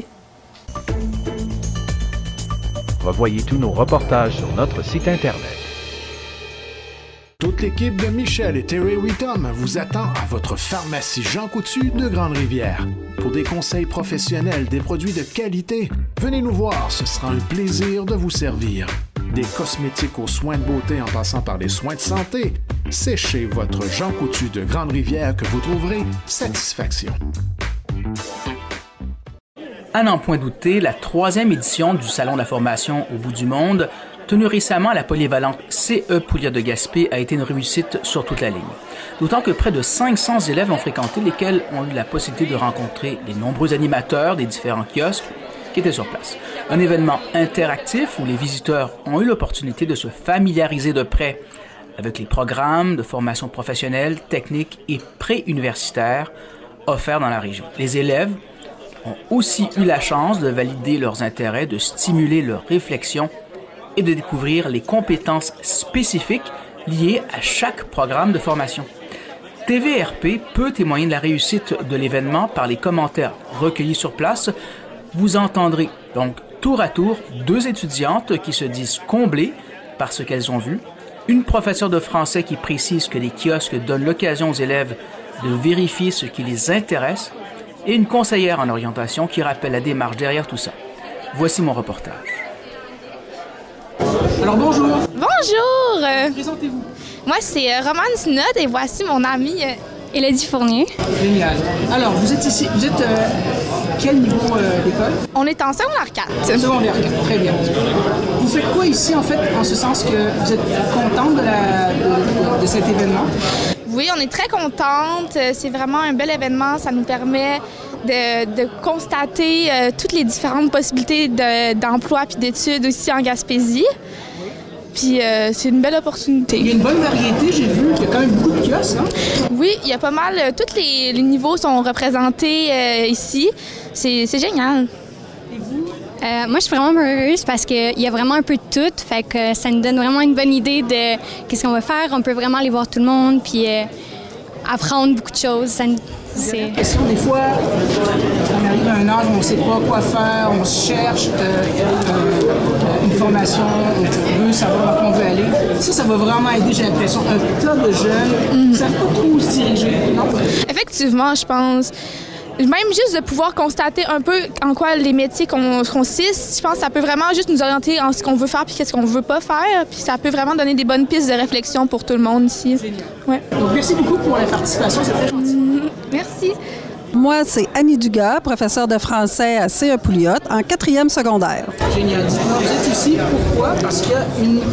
Revoyez tous nos reportages sur notre site Internet. Toute l'équipe de Michel et Terry Whittom vous attend à votre pharmacie Jean Coutu de Grande-Rivière. Pour des conseils professionnels, des produits de qualité, venez nous voir, ce sera un plaisir de vous servir. Des cosmétiques aux soins de beauté en passant par les soins de santé, c'est chez votre Jean Coutu de Grande-Rivière que vous trouverez satisfaction. À n'en point douter, la troisième édition du Salon de la formation au bout du monde, tenue récemment à la polyvalente C E Pouliot de Gaspé, a été une réussite sur toute la ligne. D'autant que près de cinq cents élèves ont fréquenté, lesquels ont eu la possibilité de rencontrer les nombreux animateurs des différents kiosques qui étaient sur place. Un événement interactif où les visiteurs ont eu l'opportunité de se familiariser de près avec les programmes de formation professionnelle, technique et pré-universitaire offerts dans la région. Les élèves ont aussi eu la chance de valider leurs intérêts, de stimuler leur réflexion et de découvrir les compétences spécifiques liées à chaque programme de formation. T V R P peut témoigner de la réussite de l'événement par les commentaires recueillis sur place. Vous entendrez donc tour à tour deux étudiantes qui se disent comblées par ce qu'elles ont vu, une professeure de français qui précise que les kiosques donnent l'occasion aux élèves de vérifier ce qui les intéresse, et une conseillère en orientation qui rappelle la démarche derrière tout ça. Voici mon reportage. Alors bonjour. Bonjour. Euh, Présentez-vous. Moi, c'est euh, Romane Sinotte et voici mon amie euh, Élodie Fournier. Génial. Alors, vous êtes ici, vous êtes euh, quel niveau euh, d'école? On est en secondaire quatre. Secondaire quatre, très bien. Vous faites quoi ici, en fait, en ce sens que vous êtes contente de, la, de, de, de cet événement? Oui, on est très contente. C'est vraiment un bel événement. Ça nous permet de, de constater euh, toutes les différentes possibilités de, d'emploi puis d'études aussi en Gaspésie. Puis euh, c'est une belle opportunité. Il y a une bonne variété, j'ai vu. Il y a quand même beaucoup de kiosques, hein? Oui, il y a pas mal. Euh, tous les, les niveaux sont représentés euh, ici. C'est, c'est génial. Et vous? Euh, moi, je suis vraiment heureuse parce qu'il y a vraiment un peu de tout. Fait que ça nous donne vraiment une bonne idée de qu'est-ce qu'on va faire. On peut vraiment aller voir tout le monde puis euh, apprendre beaucoup de choses. Ça, c'est... La question, des fois, on arrive à un âge où on ne sait pas quoi faire, on cherche euh, euh, une formation, on veut savoir où on veut aller. Ça, ça va vraiment aider, j'ai l'impression. Un tas de jeunes mm-hmm. ne savent pas trop où se diriger. Non? Effectivement, je pense. Même juste de pouvoir constater un peu en quoi les métiers consistent, je pense que ça peut vraiment juste nous orienter en ce qu'on veut faire puis qu'est-ce qu'on veut pas faire. Puis ça peut vraiment donner des bonnes pistes de réflexion pour tout le monde ici. Génial. Ouais. Donc merci beaucoup pour la participation, c'est très gentil. Mmh, merci. Moi, c'est Annie Dugas, professeure de français à C E Pouliot, en quatrième secondaire. Génial. Dites-moi, vous êtes ici, pourquoi? Parce qu'il y a une, une,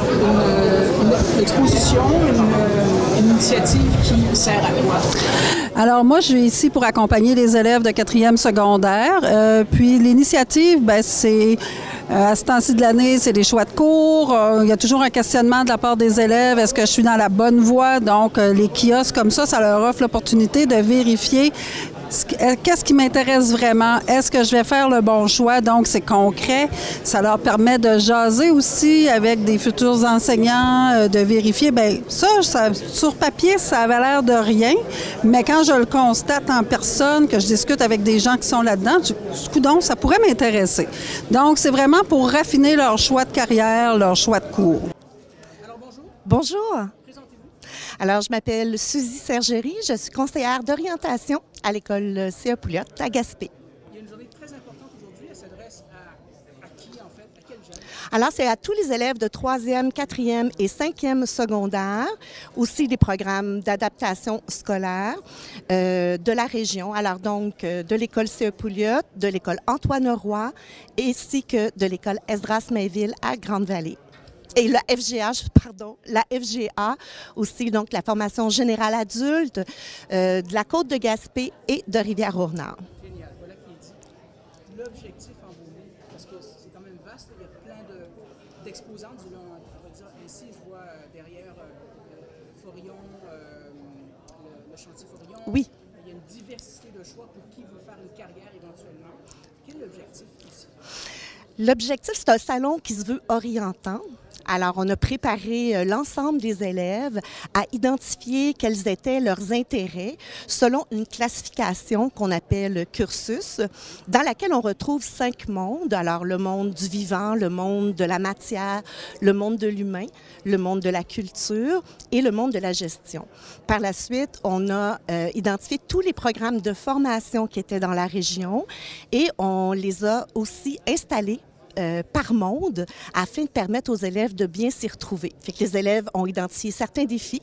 une, une exposition, une, une initiative qui sert à quoi? Alors, moi, je suis ici pour accompagner les élèves de quatrième secondaire. Euh, puis, l'initiative, ben, c'est... Euh, à ce temps-ci de l'année, c'est les choix de cours. Euh, il y a toujours un questionnement de la part des élèves. Est-ce que je suis dans la bonne voie? Donc, euh, les kiosques comme ça, ça leur offre l'opportunité de vérifier qu'est-ce qui m'intéresse vraiment? Est-ce que je vais faire le bon choix? Donc, c'est concret. Ça leur permet de jaser aussi avec des futurs enseignants, euh, de vérifier. Bien, ça, ça, sur papier, ça avait l'air de rien, mais quand je le constate en personne, que je discute avec des gens qui sont là-dedans, du coup, donc, ça pourrait m'intéresser. Donc, c'est vraiment pour raffiner leur choix de carrière, leur choix de cours. Alors, bonjour. Bonjour. Alors, je m'appelle Suzy Sergerie, je suis conseillère d'orientation à l'école C E Pouliot à Gaspé. Il y a une journée très importante aujourd'hui, elle s'adresse à, à qui en fait, à quel jeune? Alors, c'est à tous les élèves de troisième, quatrième et cinquième secondaire, aussi des programmes d'adaptation scolaire euh, de la région. Alors, donc, euh, de l'école C E Pouliot, de l'école Antoine-Roy, ainsi que de l'école Esdras-Mainville à Grande-Vallée. Et la F G A, pardon, la F G A aussi, donc la formation générale adulte euh, de la côte de Gaspé et de Rivière-au-Nord. Génial, voilà qui est dit. L'objectif en vos mots, parce que c'est quand même vaste, il y a plein d'exposants, de, disons, on va dire ainsi, je vois euh, derrière euh, Forillon, euh, le, le chantier Forillon. Oui. Il y a une diversité de choix pour qui veut faire une carrière éventuellement. Quel est l'objectif ici? L'objectif, c'est un salon qui se veut orientant. Alors, on a préparé euh, l'ensemble des élèves à identifier quels étaient leurs intérêts selon une classification qu'on appelle cursus, dans laquelle on retrouve cinq mondes. Alors, le monde du vivant, le monde de la matière, le monde de l'humain, le monde de la culture et le monde de la gestion. Par la suite, on a euh, identifié tous les programmes de formation qui étaient dans la région et on les a aussi installés Euh, par monde afin de permettre aux élèves de bien s'y retrouver. Fait que les élèves ont identifié certains défis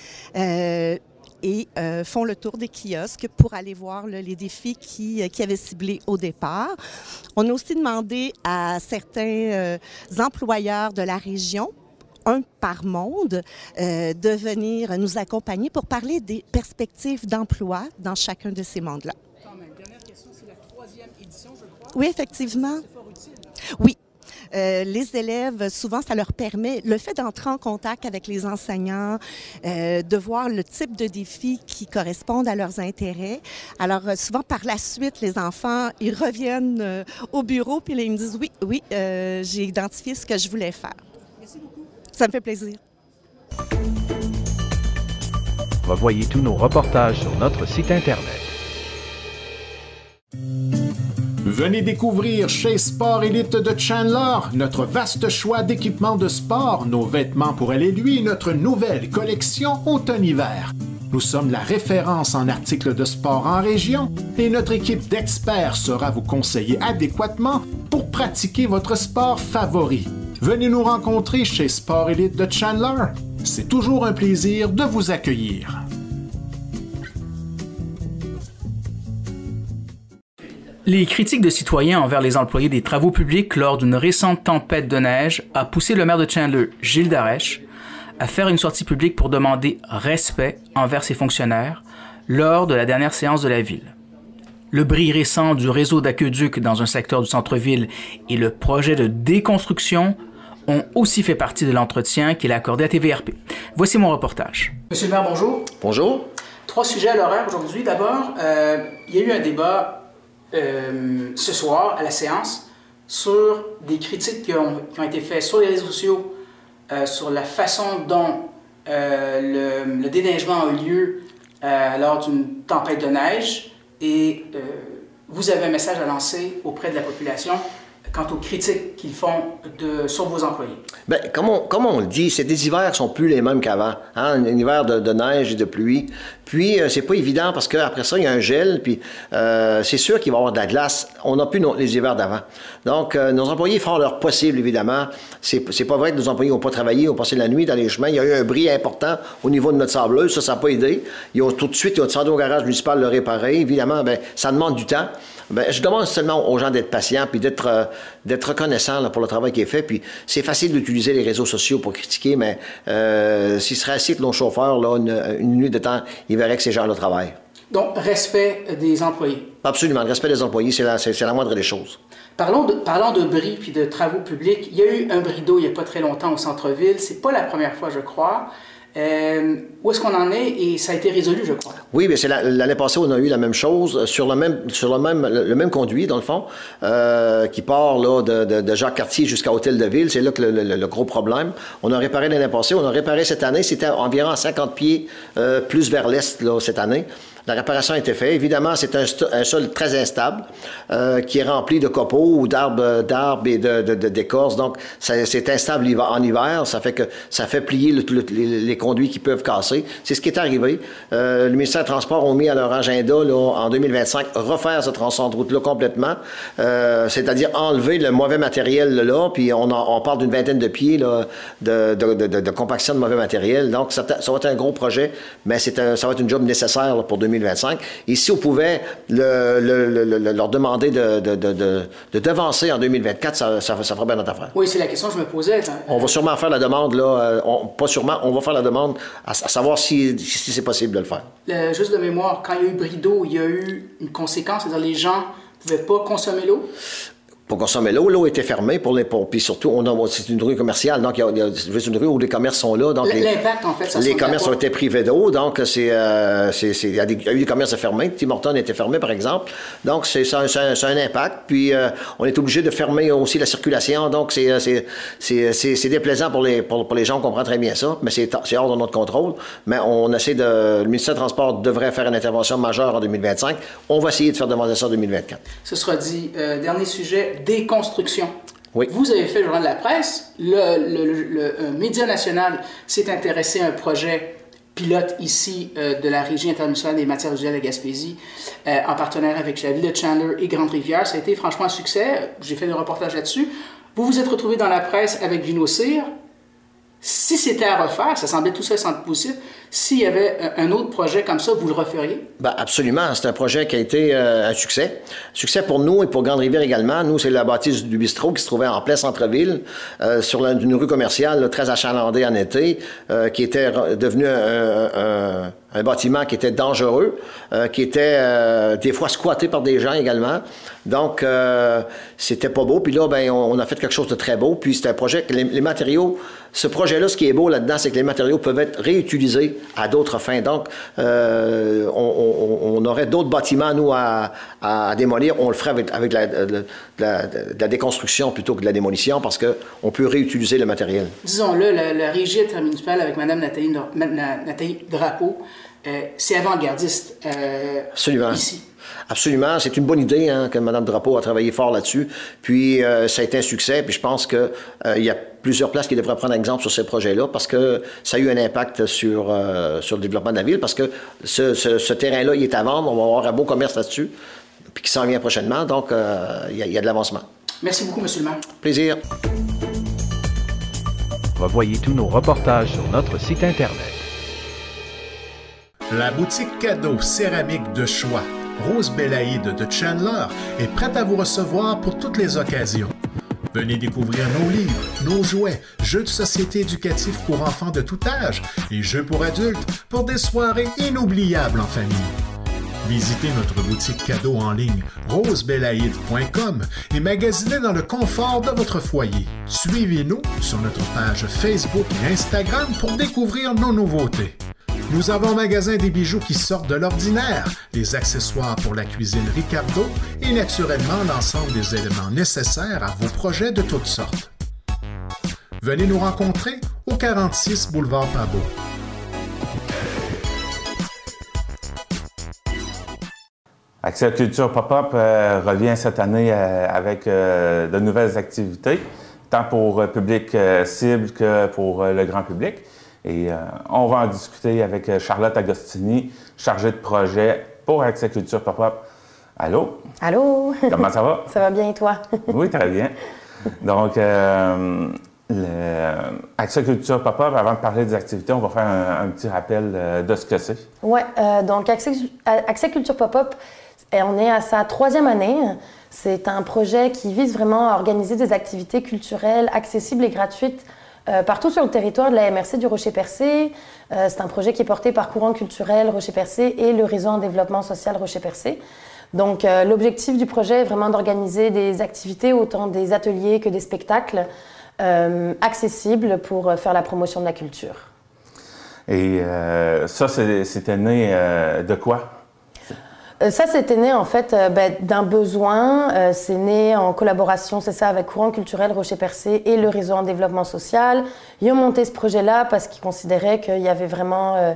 euh, et euh, font le tour des kiosques pour aller voir là, les défis qui, euh, qui avaient ciblés au départ. On a aussi demandé à certains euh, employeurs de la région, un par monde, euh, de venir nous accompagner pour parler des perspectives d'emploi dans chacun de ces mondes-là. Quand même, dernière question, c'est la troisième édition, je crois. Oui, effectivement. C'est fort utile. Oui. Euh, les élèves, souvent, ça leur permet, le fait d'entrer en contact avec les enseignants, euh, de voir le type de défis qui correspondent à leurs intérêts. Alors, euh, souvent, par la suite, les enfants, ils reviennent euh, au bureau, puis là, ils me disent, oui, oui, euh, j'ai identifié ce que je voulais faire. Merci beaucoup. Ça me fait plaisir. Revoyez tous nos reportages sur notre site Internet. Venez découvrir chez Sport Elite de Chandler notre vaste choix d'équipements de sport, nos vêtements pour elle et lui, notre nouvelle collection automne-hiver. Nous sommes la référence en articles de sport en région et notre équipe d'experts saura vous conseiller adéquatement pour pratiquer votre sport favori. Venez nous rencontrer chez Sport Elite de Chandler. C'est toujours un plaisir de vous accueillir. Les critiques de citoyens envers les employés des travaux publics lors d'une récente tempête de neige a poussé le maire de Chandler, Gilles Darèche, à faire une sortie publique pour demander respect envers ses fonctionnaires lors de la dernière séance de la ville. Le bris récent du réseau d'aqueduc dans un secteur du centre-ville et le projet de déconstruction ont aussi fait partie de l'entretien qu'il a accordé à T V R P. Voici mon reportage. Monsieur le maire, bonjour. Bonjour. Trois sujets à l'horaire aujourd'hui. D'abord, euh, il y a eu un débat Euh, ce soir à la séance sur des critiques qui ont, qui ont été faites sur les réseaux sociaux euh, sur la façon dont euh, le, le déneigement a eu lieu euh, lors d'une tempête de neige et euh, vous avez un message à lancer auprès de la population quant aux critiques qu'ils font de, sur vos employés. Bien, comme on, comme on le dit, c'est des hivers qui sont plus les mêmes qu'avant. Hein? Un hiver de, de neige et de pluie. Puis, euh, c'est pas évident parce qu'après ça, il y a un gel. Puis, euh, c'est sûr qu'il va y avoir de la glace. On n'a plus nos, les hivers d'avant. Donc, euh, nos employés font leur possible, évidemment. C'est, c'est pas vrai que nos employés n'ont pas travaillé, ont passé la nuit dans les chemins. Il y a eu un bris important au niveau de notre sableuse. Ça, ça n'a pas aidé. Ils ont tout de suite, ils ont descendu au garage municipal le réparer. Évidemment, bien, ça demande du temps. Bien, je demande seulement aux gens d'être patients puis d'être, euh, d'être reconnaissants là, pour le travail qui est fait. Puis c'est facile d'utiliser les réseaux sociaux pour critiquer, mais euh, s'il serait assis que nos chauffeurs, là, une, une nuit de temps, ils verraient que ces gens-là travaillent. Donc, respect des employés. Absolument. Le respect des employés, c'est la, c'est, c'est la moindre des choses. Parlons de, parlons de bris puis de travaux publics. Il y a eu un bris d'eau il n'y a pas très longtemps au centre-ville. C'est pas la première fois, je crois. Euh, où est-ce qu'on en est et ça a été résolu, je crois? Oui, bien c'est la, l'année passée, on a eu la même chose sur le même, sur le même, le, le même conduit, dans le fond, euh, qui part là, de, de, de Jacques-Cartier jusqu'à Hôtel-de-Ville. C'est là que le, le, le gros problème. On a réparé l'année passée, on a réparé cette année. C'était environ à cinquante pieds euh, plus vers l'est là, cette année. La réparation a été faite. Évidemment, c'est un, un sol très instable euh, qui est rempli de copeaux ou d'arbres d'arbres et de, de, de, d'écorces. Donc, c'est instable en hiver. Ça fait que ça fait plier le, le, les, les conduits qui peuvent casser. C'est ce qui est arrivé. Euh, le ministère des Transports ont mis à leur agenda là, en deux mille vingt-cinq refaire ce tronçon de route-là complètement. Euh, c'est-à-dire enlever le mauvais matériel là. Puis on, en, on parle d'une vingtaine de pieds là, de, de, de, de, de compaction de mauvais matériel. Donc, ça, ça va être un gros projet, mais c'est un, ça va être une job nécessaire là, pour deux mille vingt-cinq. Et si on pouvait le, le, le, le, leur demander de, de, de, de, de devancer en deux mille vingt-quatre, ça, ça, ça ferait bien notre affaire. Oui, c'est la question que je me posais. On va sûrement faire la demande, là, on, pas sûrement, on va faire la demande à, à savoir si, si c'est possible de le faire. Le, juste de mémoire, quand il y a eu bris d'eau, il y a eu une conséquence, c'est-à-dire les gens ne pouvaient pas consommer l'eau? Pour consommer l'eau, l'eau était fermée pour les pour, puis surtout on a c'est une rue commerciale, donc il y a, il y a juste une rue où les commerces sont là, donc l'impact en fait ça les commerces ont été privés d'eau, donc c'est euh, c'est il y, a il y a eu des commerces fermés, Tim Hortons était fermé par exemple, donc c'est ça c'est un, un impact, puis euh, on est obligé de fermer aussi la circulation, donc c'est c'est c'est c'est déplaisant pour les pour, pour les gens, on comprend très bien ça, mais c'est c'est hors de notre contrôle, mais on essaie de le ministère des Transports devrait faire une intervention majeure en deux mille vingt-cinq, on va essayer de faire demander ça en deux mille vingt-quatre. Ce sera dit. Euh, dernier sujet. Déconstruction. Oui. Vous avez fait le journal de la presse. Le, le, le, le Média national s'est intéressé à un projet pilote ici euh, de la Régie internationale des matières usuelles de Gaspésie euh, en partenariat avec la ville de Chandler et Grande-Rivière. Ça a été franchement un succès. J'ai fait des reportages là-dessus. Vous vous êtes retrouvé dans la presse avec Gino Cyr. Si c'était à refaire, ça semblait tout ça sans possible. S'il y avait un autre projet comme ça, vous le referiez? Bien, absolument. C'est un projet qui a été euh, un succès. Succès pour nous et pour Grande-Rivière également. Nous, c'est la bâtisse du bistrot qui se trouvait en plein centre-ville, euh, sur une rue commerciale là, très achalandée en été, euh, qui était devenu un, un, un bâtiment qui était dangereux, euh, qui était euh, des fois squatté par des gens également. Donc, euh, c'était pas beau. Puis là, ben, on, on a fait quelque chose de très beau. Puis c'est un projet que les, les matériaux... Ce projet-là, ce qui est beau là-dedans, c'est que les matériaux peuvent être réutilisés à d'autres fins. Donc, euh, on, on, on aurait d'autres bâtiments, nous, à, à démolir. On le ferait avec, avec la, de, la, de la déconstruction plutôt que de la démolition parce qu'on peut réutiliser le matériel. Disons-le, la, la régie intermunicipale avec Mme Nathalie, Nathalie Drapeau, euh, c'est avant-gardiste euh, Absolument. Ici. Absolument. C'est une bonne idée hein, que Mme Drapeau a travaillé fort là-dessus. Puis, euh, ça a été un succès. Puis, je pense qu'il euh, y a plusieurs places qui devraient prendre exemple sur ces projets-là parce que ça a eu un impact sur, euh, sur le développement de la ville parce que ce, ce, ce terrain-là, il est à vendre. On va avoir un beau commerce là-dessus puis qui s'en vient prochainement. Donc, euh, il y, y a de l'avancement. Merci beaucoup, M. le maire. Plaisir. Revoyez tous nos reportages sur notre site Internet. La boutique cadeau céramique de choix Rose Belaïde de Chandler est prête à vous recevoir pour toutes les occasions. Venez découvrir nos livres, nos jouets, jeux de société éducatifs pour enfants de tout âge et jeux pour adultes pour des soirées inoubliables en famille. Visitez notre boutique cadeau en ligne rose belaïde point com et magasinez dans le confort de votre foyer. Suivez-nous sur notre page Facebook et Instagram pour découvrir nos nouveautés. Nous avons un magasin des bijoux qui sortent de l'ordinaire, les accessoires pour la cuisine Ricardo et naturellement l'ensemble des éléments nécessaires à vos projets de toutes sortes. Venez nous rencontrer au quarante-six boulevard Pabot. Accès Culture Pop-Up euh, revient cette année euh, avec euh, de nouvelles activités, tant pour euh, public euh, cible que pour euh, le grand public. Et euh, on va en discuter avec Charlotte Agostini, chargée de projet pour Accès Culture Pop-Up. Allô? Allô? Comment ça va? Ça va bien et toi? Oui, très bien. Donc, euh, le Accès Culture Pop-Up, avant de parler des activités, on va faire un, un petit rappel euh, de ce que c'est. Oui, euh, donc Accès, Accès Culture Pop-Up, on est à sa troisième année. C'est un projet qui vise vraiment à organiser des activités culturelles accessibles et gratuites Euh, partout sur le territoire de la M R C du Rocher-Percé. Euh, c'est un projet qui est porté par Courant culturel Rocher-Percé et le réseau en développement social Rocher-Percé. Donc, euh, l'objectif du projet est vraiment d'organiser des activités, autant des ateliers que des spectacles, euh, accessibles pour faire la promotion de la culture. Et euh, ça, c'était né euh, de quoi? Ça, c'était né en fait euh, ben, d'un besoin. Euh, c'est né en collaboration, c'est ça, avec Courant culturel Rocher-Percé et le réseau en développement social. Ils ont monté ce projet-là parce qu'ils considéraient qu'il y avait vraiment euh,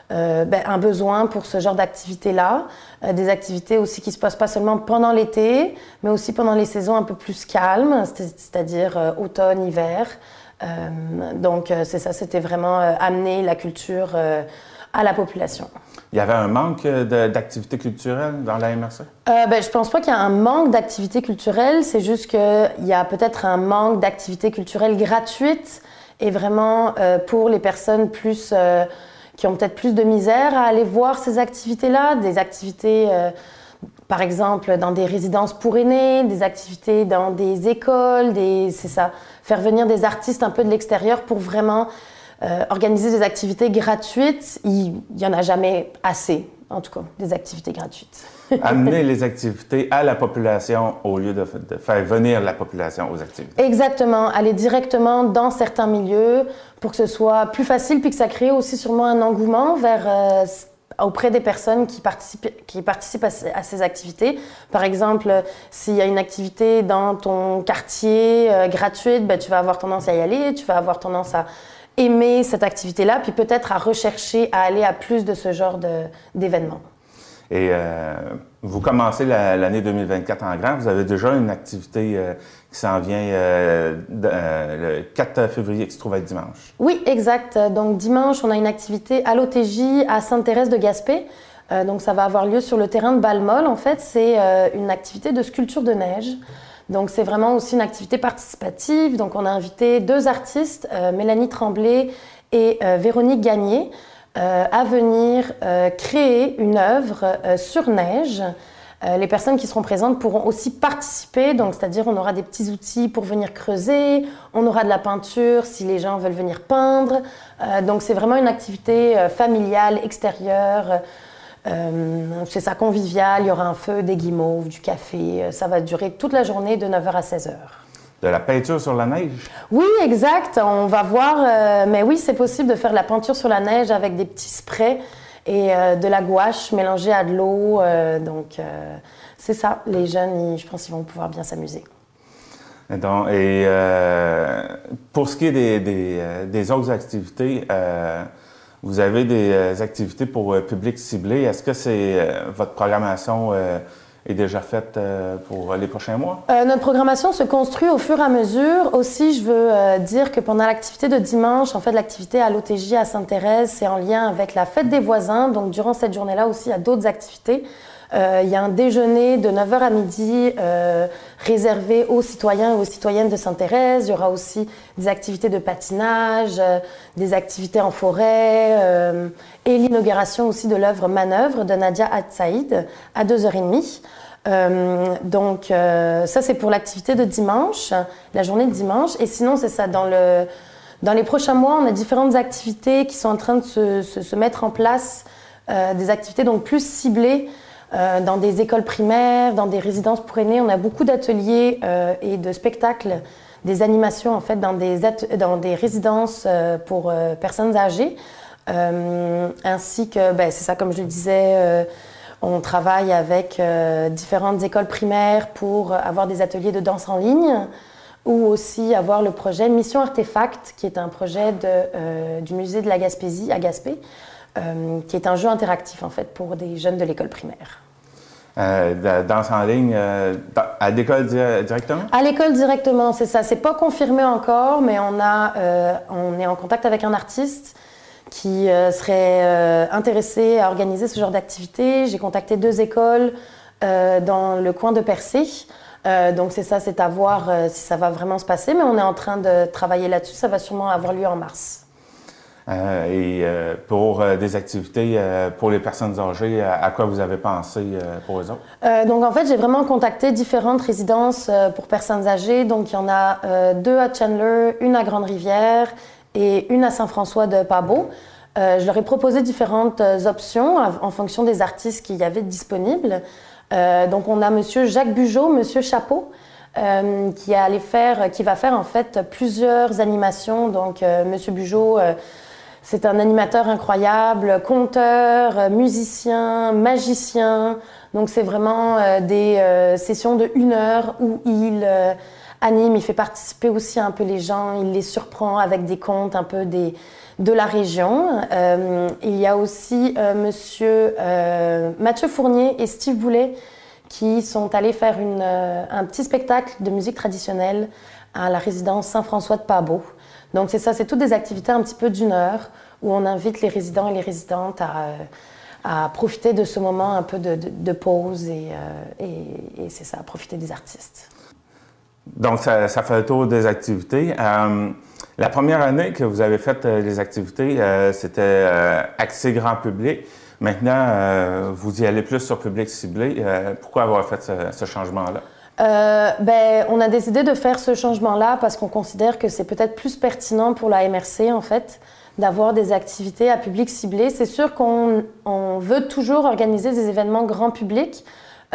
euh, ben, un besoin pour ce genre d'activités-là. Euh, des activités aussi qui se passent pas seulement pendant l'été, mais aussi pendant les saisons un peu plus calmes, c'est-à-dire euh, automne, hiver. Euh, donc euh, c'est ça, c'était vraiment euh, amener la culture euh, à la population. Il y avait un manque d'activités culturelles dans la M R C? Euh, ben, je pense pas qu'il y a un manque d'activités culturelles, c'est juste qu'il y a peut-être un manque d'activités culturelles gratuites et vraiment euh, pour les personnes plus, euh, qui ont peut-être plus de misère à aller voir ces activités-là, des activités euh, par exemple dans des résidences pour aînés, des activités dans des écoles, des, c'est ça, faire venir des artistes un peu de l'extérieur pour vraiment Euh, organiser des activités gratuites, il n'y en a jamais assez, en tout cas, des activités gratuites. Amener les activités à la population au lieu de, de faire venir la population aux activités. Exactement, aller directement dans certains milieux pour que ce soit plus facile puis que ça crée aussi sûrement un engouement vers, euh, auprès des personnes qui participent, qui participent à ces, à ces activités. Par exemple, s'il y a une activité dans ton quartier euh, gratuite, ben, tu vas avoir tendance à y aller, tu vas avoir tendance à aimer cette activité-là, puis peut-être à rechercher à aller à plus de ce genre d'événements. Et euh, vous commencez l'année deux mille vingt-quatre en grand. Vous avez déjà une activité euh, qui s'en vient euh, de, euh, le quatre février, qui se trouve être dimanche. Oui, exact. Donc dimanche, on a une activité à l'O T J à Sainte-Thérèse de Gaspé. Euh, donc ça va avoir lieu sur le terrain de Balmol. En fait, c'est euh, une activité de sculpture de neige. Donc c'est vraiment aussi une activité participative. Donc on a invité deux artistes, euh, Mélanie Tremblay et euh, Véronique Gagné, euh, à venir euh, créer une œuvre euh, sur neige. Euh, les personnes qui seront présentes pourront aussi participer, donc c'est-à-dire on aura des petits outils pour venir creuser, on aura de la peinture si les gens veulent venir peindre. Euh, donc c'est vraiment une activité euh, familiale, extérieure. Euh, c'est ça, convivial, il y aura un feu, des guimauves, du café, ça va durer toute la journée de neuf heures à seize heures. De la peinture sur la neige? Oui, exact, on va voir, euh, mais oui, c'est possible de faire de la peinture sur la neige avec des petits sprays et euh, de la gouache mélangée à de l'eau, euh, donc euh, c'est ça, les jeunes, ils, je pense qu'ils vont pouvoir bien s'amuser. Et, donc, et euh, pour ce qui est des, des, des autres activités, euh, vous avez des activités pour public ciblé. Est-ce que c'est euh, votre programmation euh, est déjà faite euh, pour les prochains mois? Euh, notre programmation se construit au fur et à mesure. Aussi, je veux euh, dire que pendant l'activité de dimanche, en fait, l'activité à l'O T J à Sainte-Thérèse, c'est en lien avec la fête des voisins. Donc, durant cette journée-là aussi, il y a d'autres activités. Euh, il y a un déjeuner de neuf heures à midi euh, réservé aux citoyens et aux citoyennes de Sainte-Thérèse. Il y aura aussi des activités de patinage, euh, des activités en forêt euh, et l'inauguration aussi de l'œuvre Manœuvre de Nadia Hadsaïd à deux heures trente. Euh, donc euh, ça c'est pour l'activité de dimanche, la journée de dimanche. Et sinon c'est ça, dans, le, dans les prochains mois, on a différentes activités qui sont en train de se, se, se mettre en place, euh, des activités donc plus ciblées. Euh, dans des écoles primaires, dans des résidences pour aînés, on a beaucoup d'ateliers euh, et de spectacles, des animations en fait dans des, dans des résidences euh, pour euh, personnes âgées, euh, ainsi que, ben, c'est ça comme je le disais, euh, on travaille avec euh, différentes écoles primaires pour avoir des ateliers de danse en ligne, ou aussi avoir le projet Mission Artefact, qui est un projet de, euh, du musée de la Gaspésie à Gaspé, Euh, qui est un jeu interactif en fait pour des jeunes de l'école primaire. Euh, danse en ligne, euh, à l'école di directement? À l'école directement, c'est ça. C'est pas confirmé encore, mais on, a, euh, on est en contact avec un artiste qui euh, serait euh, intéressé à organiser ce genre d'activité. J'ai contacté deux écoles euh, dans le coin de Percé. Euh, donc c'est ça, c'est à voir euh, si ça va vraiment se passer, mais on est en train de travailler là-dessus. Ça va sûrement avoir lieu en mars. Euh, et euh, pour euh, des activités euh, pour les personnes âgées, à, à quoi vous avez pensé euh, pour eux autres? Euh, donc en fait, j'ai vraiment contacté différentes résidences euh, pour personnes âgées. Donc il y en a euh, deux à Chandler, une à Grande-Rivière et une à Saint-François de Pabot. Euh, je leur ai proposé différentes euh, options en fonction des artistes qu'il y avait disponibles. Euh, donc on a Monsieur Jacques Bugeaud, Monsieur Chapeau, euh, qui, allait faire, qui va faire en fait plusieurs animations. Donc euh, Monsieur Bugeaud, euh, c'est un animateur incroyable, conteur, musicien, magicien. Donc c'est vraiment euh, des euh, sessions de une heure où il euh, anime, il fait participer aussi un peu les gens, il les surprend avec des contes, un peu des, de la région. Euh, il y a aussi euh, monsieur euh, Mathieu Fournier et Steve Boulet qui sont allés faire une, euh, un petit spectacle de musique traditionnelle à la résidence Saint-François de Pabeau. Donc c'est ça, c'est toutes des activités un petit peu d'une heure où on invite les résidents et les résidentes à, à profiter de ce moment un peu de, de, de pause et, euh, et, et c'est ça, à profiter des artistes. Donc ça, ça fait le tour des activités. Euh, la première année que vous avez fait euh, les activités, euh, c'était euh, axé grand public. Maintenant, euh, vous y allez plus sur public ciblé. Euh, pourquoi avoir fait ce, ce changement-là? Euh, ben, on a décidé de faire ce changement-là parce qu'on considère que c'est peut-être plus pertinent pour la M R C, en fait, d'avoir des activités à public ciblé. C'est sûr qu'on on veut toujours organiser des événements grand public,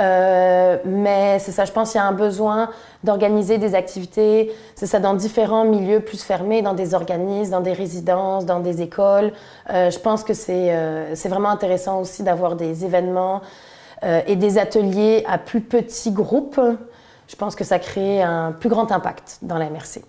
euh, mais c'est ça, je pense qu'il y a un besoin d'organiser des activités, c'est ça, dans différents milieux plus fermés, dans des organismes, dans des résidences, dans des écoles. Euh, je pense que c'est euh, c'est vraiment intéressant aussi d'avoir des événements euh, et des ateliers à plus petits groupes. Je pense que ça crée un plus grand impact dans la M R C.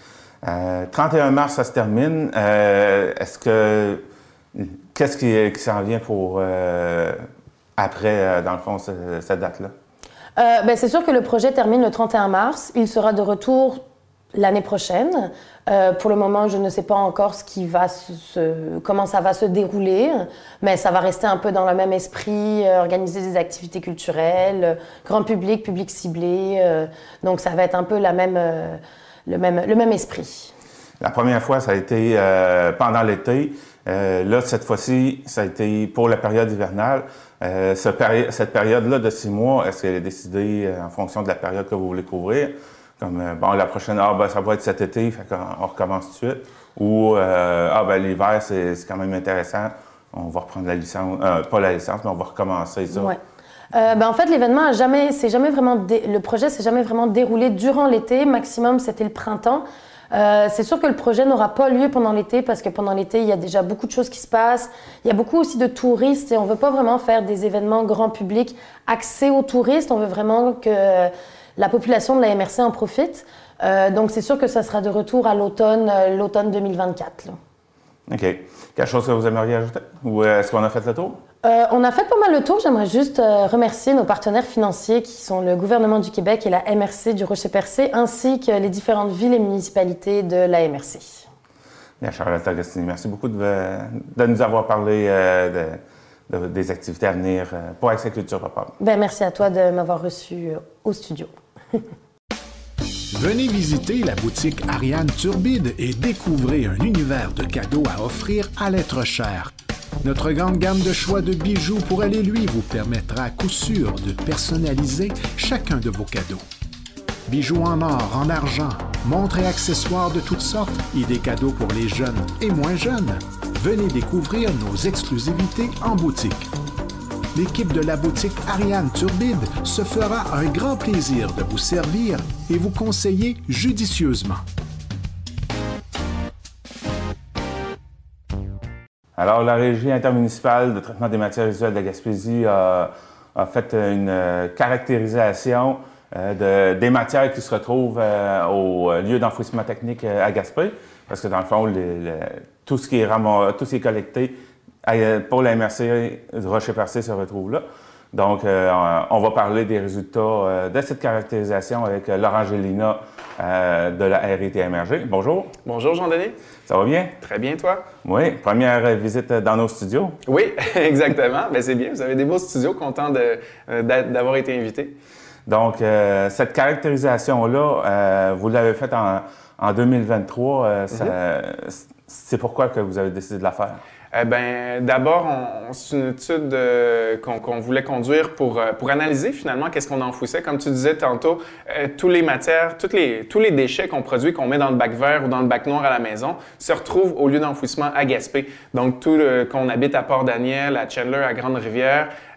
Euh, trente et un mars, ça se termine. Euh, Est-ce que... Qu'est-ce qui, qui s'en vient pour... Euh, après, euh, dans le fond, ce, cette date-là? Euh, ben, c'est sûr que le projet termine le trente et un mars. Il sera de retour l'année prochaine. Euh, pour le moment, je ne sais pas encore ce qui va se, se, comment ça va se dérouler, mais ça va rester un peu dans le même esprit, euh, organiser des activités culturelles, euh, grand public, public ciblé. Euh, donc, ça va être un peu la même, euh, le, même, le même esprit. La première fois, ça a été euh, pendant l'été. Euh, là, cette fois-ci, ça a été pour la période hivernale. Euh, ce péri cette période-là de six mois, est-ce qu'elle est décidée euh, en fonction de la période que vous voulez couvrir? Comme, euh, bon, la prochaine, ah, ben, ça va être cet été, fait qu'on recommence tout de suite. Ou, euh, ah, ben, l'hiver, c'est quand même intéressant, on va reprendre la licence, euh, pas la licence, mais on va recommencer ça. Ouais. Euh, ben, en fait, l'événement a jamais, c'est jamais vraiment, dé le projet s'est jamais vraiment déroulé durant l'été. Maximum, c'était le printemps. Euh, c'est sûr que le projet n'aura pas lieu pendant l'été parce que pendant l'été, il y a déjà beaucoup de choses qui se passent. Il y a beaucoup aussi de touristes et on ne veut pas vraiment faire des événements grand public axés aux touristes. On veut vraiment que la population de la M R C en profite. Euh, donc, c'est sûr que ça sera de retour à l'automne, euh, l'automne deux mille vingt-quatre. Là. OK. Quelque chose que vous aimeriez ajouter? Ou est-ce qu'on a fait le tour? Euh, on a fait pas mal le tour. J'aimerais juste euh, remercier nos partenaires financiers qui sont le gouvernement du Québec et la M R C du Rocher-Percé, ainsi que les différentes villes et municipalités de la M R C. Bien, Charlotte Agostini, merci beaucoup de, de nous avoir parlé euh, de, de, des activités à venir euh, pour Accès Culture Pop-Up. Ben, merci à toi de m'avoir reçu euh, au studio. Venez visiter la boutique Ariane Turbide et découvrez un univers de cadeaux à offrir à l'être cher. Notre grande gamme de choix de bijoux pour aller lui vous permettra à coup sûr de personnaliser chacun de vos cadeaux. Bijoux en or, en argent, montres et accessoires de toutes sortes et des cadeaux pour les jeunes et moins jeunes. Venez découvrir nos exclusivités en boutique. L'équipe de la boutique Ariane Turbide se fera un grand plaisir de vous servir et vous conseiller judicieusement. Alors, la Régie intermunicipale de traitement des matières résiduelles de la Gaspésie a, a fait une euh, caractérisation euh, de, des matières qui se retrouvent euh, au lieu d'enfouissement technique euh, à Gaspé, parce que dans le fond, les, les, tout, ce qui est ram- tout ce qui est collecté euh, pour la M R C du Rocher-Percé se retrouve là. Donc, euh, on va parler des résultats euh, de cette caractérisation avec euh, Laurent Gélina euh, de la R I T M R G. Bonjour. Bonjour, Jean-Denis. Ça va bien? Très bien, toi? Oui, première visite dans nos studios. Oui, exactement. Bien, c'est bien. Vous avez des beaux studios, content de, euh, d'avoir été invité. Donc, euh, cette caractérisation-là, euh, vous l'avez faite en, en deux mille vingt-trois. Euh, mm-hmm. C'est pourquoi que vous avez décidé de la faire? Eh bien, d'abord, c'est une étude euh, qu'on qu'on voulait conduire pour, euh, pour analyser finalement qu'est-ce qu'on enfouissait. Comme tu disais tantôt, euh, tous les matières, toutes les, tous les déchets qu'on produit, qu'on met dans le bac vert ou dans le bac noir à la maison, se retrouvent au lieu d'enfouissement à Gaspé. Donc, tout qu'on habite à Port-Daniel, à Chandler, à Grande-Rivière,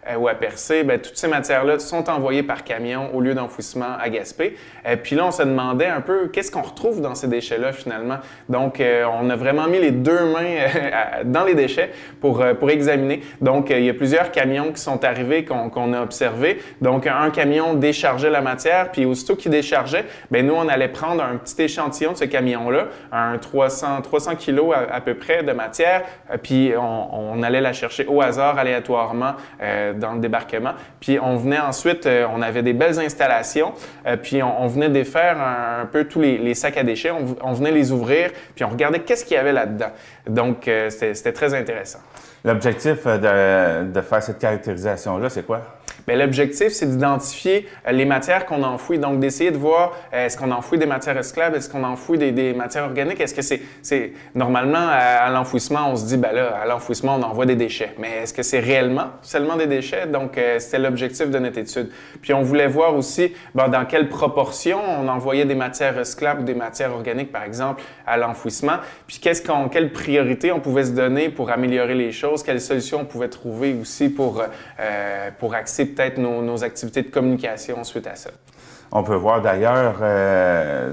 euh, ou à Percé, bien, toutes ces matières-là sont envoyées par camion au lieu d'enfouissement à Gaspé. Euh, puis là, on se demandait un peu qu'est-ce qu'on retrouve dans ces déchets-là finalement. Donc, euh, on a vraiment mis les deux mains euh, dans les déchets pour, euh, pour examiner. Donc, euh, il y a plusieurs camions qui sont arrivés qu'on qu'on a observés. Donc, un camion déchargeait la matière, puis aussitôt qu'il déchargeait, bien, nous, on allait prendre un petit échantillon de ce camion-là, un trois cents, trois cents kilos à, à peu près de matière, euh, puis on, on allait la chercher au hasard, aléatoirement, euh, dans le débarquement. Puis on venait ensuite, euh, on avait des belles installations, euh, puis on, on venait défaire un, un peu tous les, les sacs à déchets, on, on venait les ouvrir, puis on regardait qu'est-ce qu'il y avait là-dedans. Donc, euh, c'était très intéressant. L'objectif de, de faire cette caractérisation-là, c'est quoi? Bien, l'objectif, c'est d'identifier les matières qu'on enfouit. Donc, d'essayer de voir euh, est-ce qu'on enfouit des matières recyclables, est-ce qu'on enfouit des, des matières organiques, est-ce que c'est... c'est normalement, à, à l'enfouissement, on se dit, ben là, à l'enfouissement, on envoie des déchets. Mais est-ce que c'est réellement seulement des déchets? Donc, euh, c'était l'objectif de notre étude. Puis, on voulait voir aussi ben, dans quelle proportion on envoyait des matières recyclables ou des matières organiques, par exemple, à l'enfouissement. Puis, qu'est-ce qu'on, quelle priorité on pouvait se donner pour améliorer les choses, quelles solutions on pouvait trouver aussi pour, euh, pour axer peut-être nos, nos activités de communication suite à ça. On peut voir d'ailleurs, euh,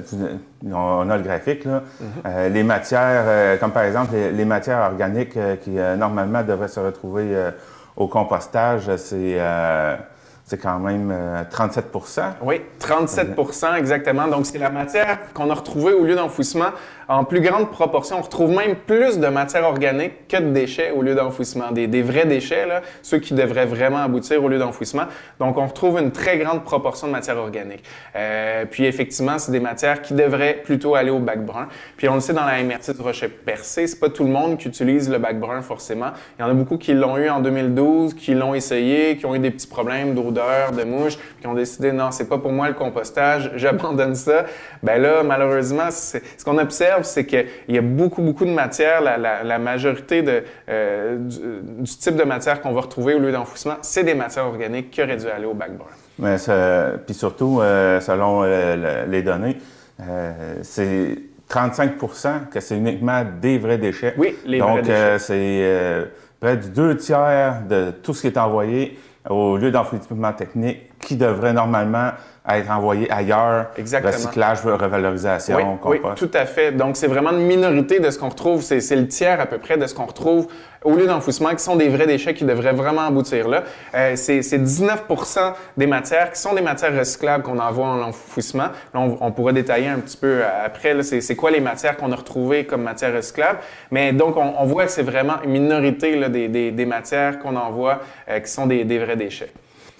on a le graphique, là, mm-hmm. euh, les matières, euh, comme par exemple les, les matières organiques euh, qui euh, normalement devraient se retrouver euh, au compostage, c'est euh, c'est quand même euh, trente-sept pour cent. Oui, trente-sept pour cent exactement. Donc, c'est la matière qu'on a retrouvée au lieu d'enfouissement. En plus grande proportion, on retrouve même plus de matière organique que de déchets au lieu d'enfouissement. Des, des vrais déchets, là, ceux qui devraient vraiment aboutir au lieu d'enfouissement. Donc, on retrouve une très grande proportion de matière organique. Euh, puis, effectivement, c'est des matières qui devraient plutôt aller au bac brun. Puis, on le sait dans la M R C de Rocher-Percé, c'est pas tout le monde qui utilise le bac brun forcément. Il y en a beaucoup qui l'ont eu en deux mille douze, qui l'ont essayé, qui ont eu des petits problèmes d'odeur, de mouches, qui ont décidé non, c'est pas pour moi le compostage, j'abandonne ça. Ben là, malheureusement, ce qu'on observe, c'est qu'il y a beaucoup, beaucoup de matière. La, la, la majorité de, euh, du, du type de matière qu'on va retrouver au lieu d'enfouissement, c'est des matières organiques qui auraient dû aller au bac brun. Mais ça, puis surtout, euh, selon euh, les données, euh, c'est trente-cinq pour cent que c'est uniquement des vrais déchets. Oui, les Donc, vrais déchets. Donc, euh, c'est euh, près du deux tiers de tout ce qui est envoyé au lieu d'enfouissement technique qui devrait normalement être envoyé ailleurs, Exactement. Recyclage, revalorisation, oui, compost. Oui, tout à fait. Donc, c'est vraiment une minorité de ce qu'on retrouve. C'est le tiers à peu près de ce qu'on retrouve au lieu d'enfouissement, qui sont des vrais déchets qui devraient vraiment aboutir là. Euh, c'est dix-neuf pour cent des matières qui sont des matières recyclables qu'on envoie en enfouissement. Là, on, on pourra détailler un petit peu après, c'est quoi les matières qu'on a retrouvées comme matières recyclables. Mais donc, on, on voit que c'est vraiment une minorité là, des, des, des matières qu'on envoie euh, qui sont des, des vrais déchets.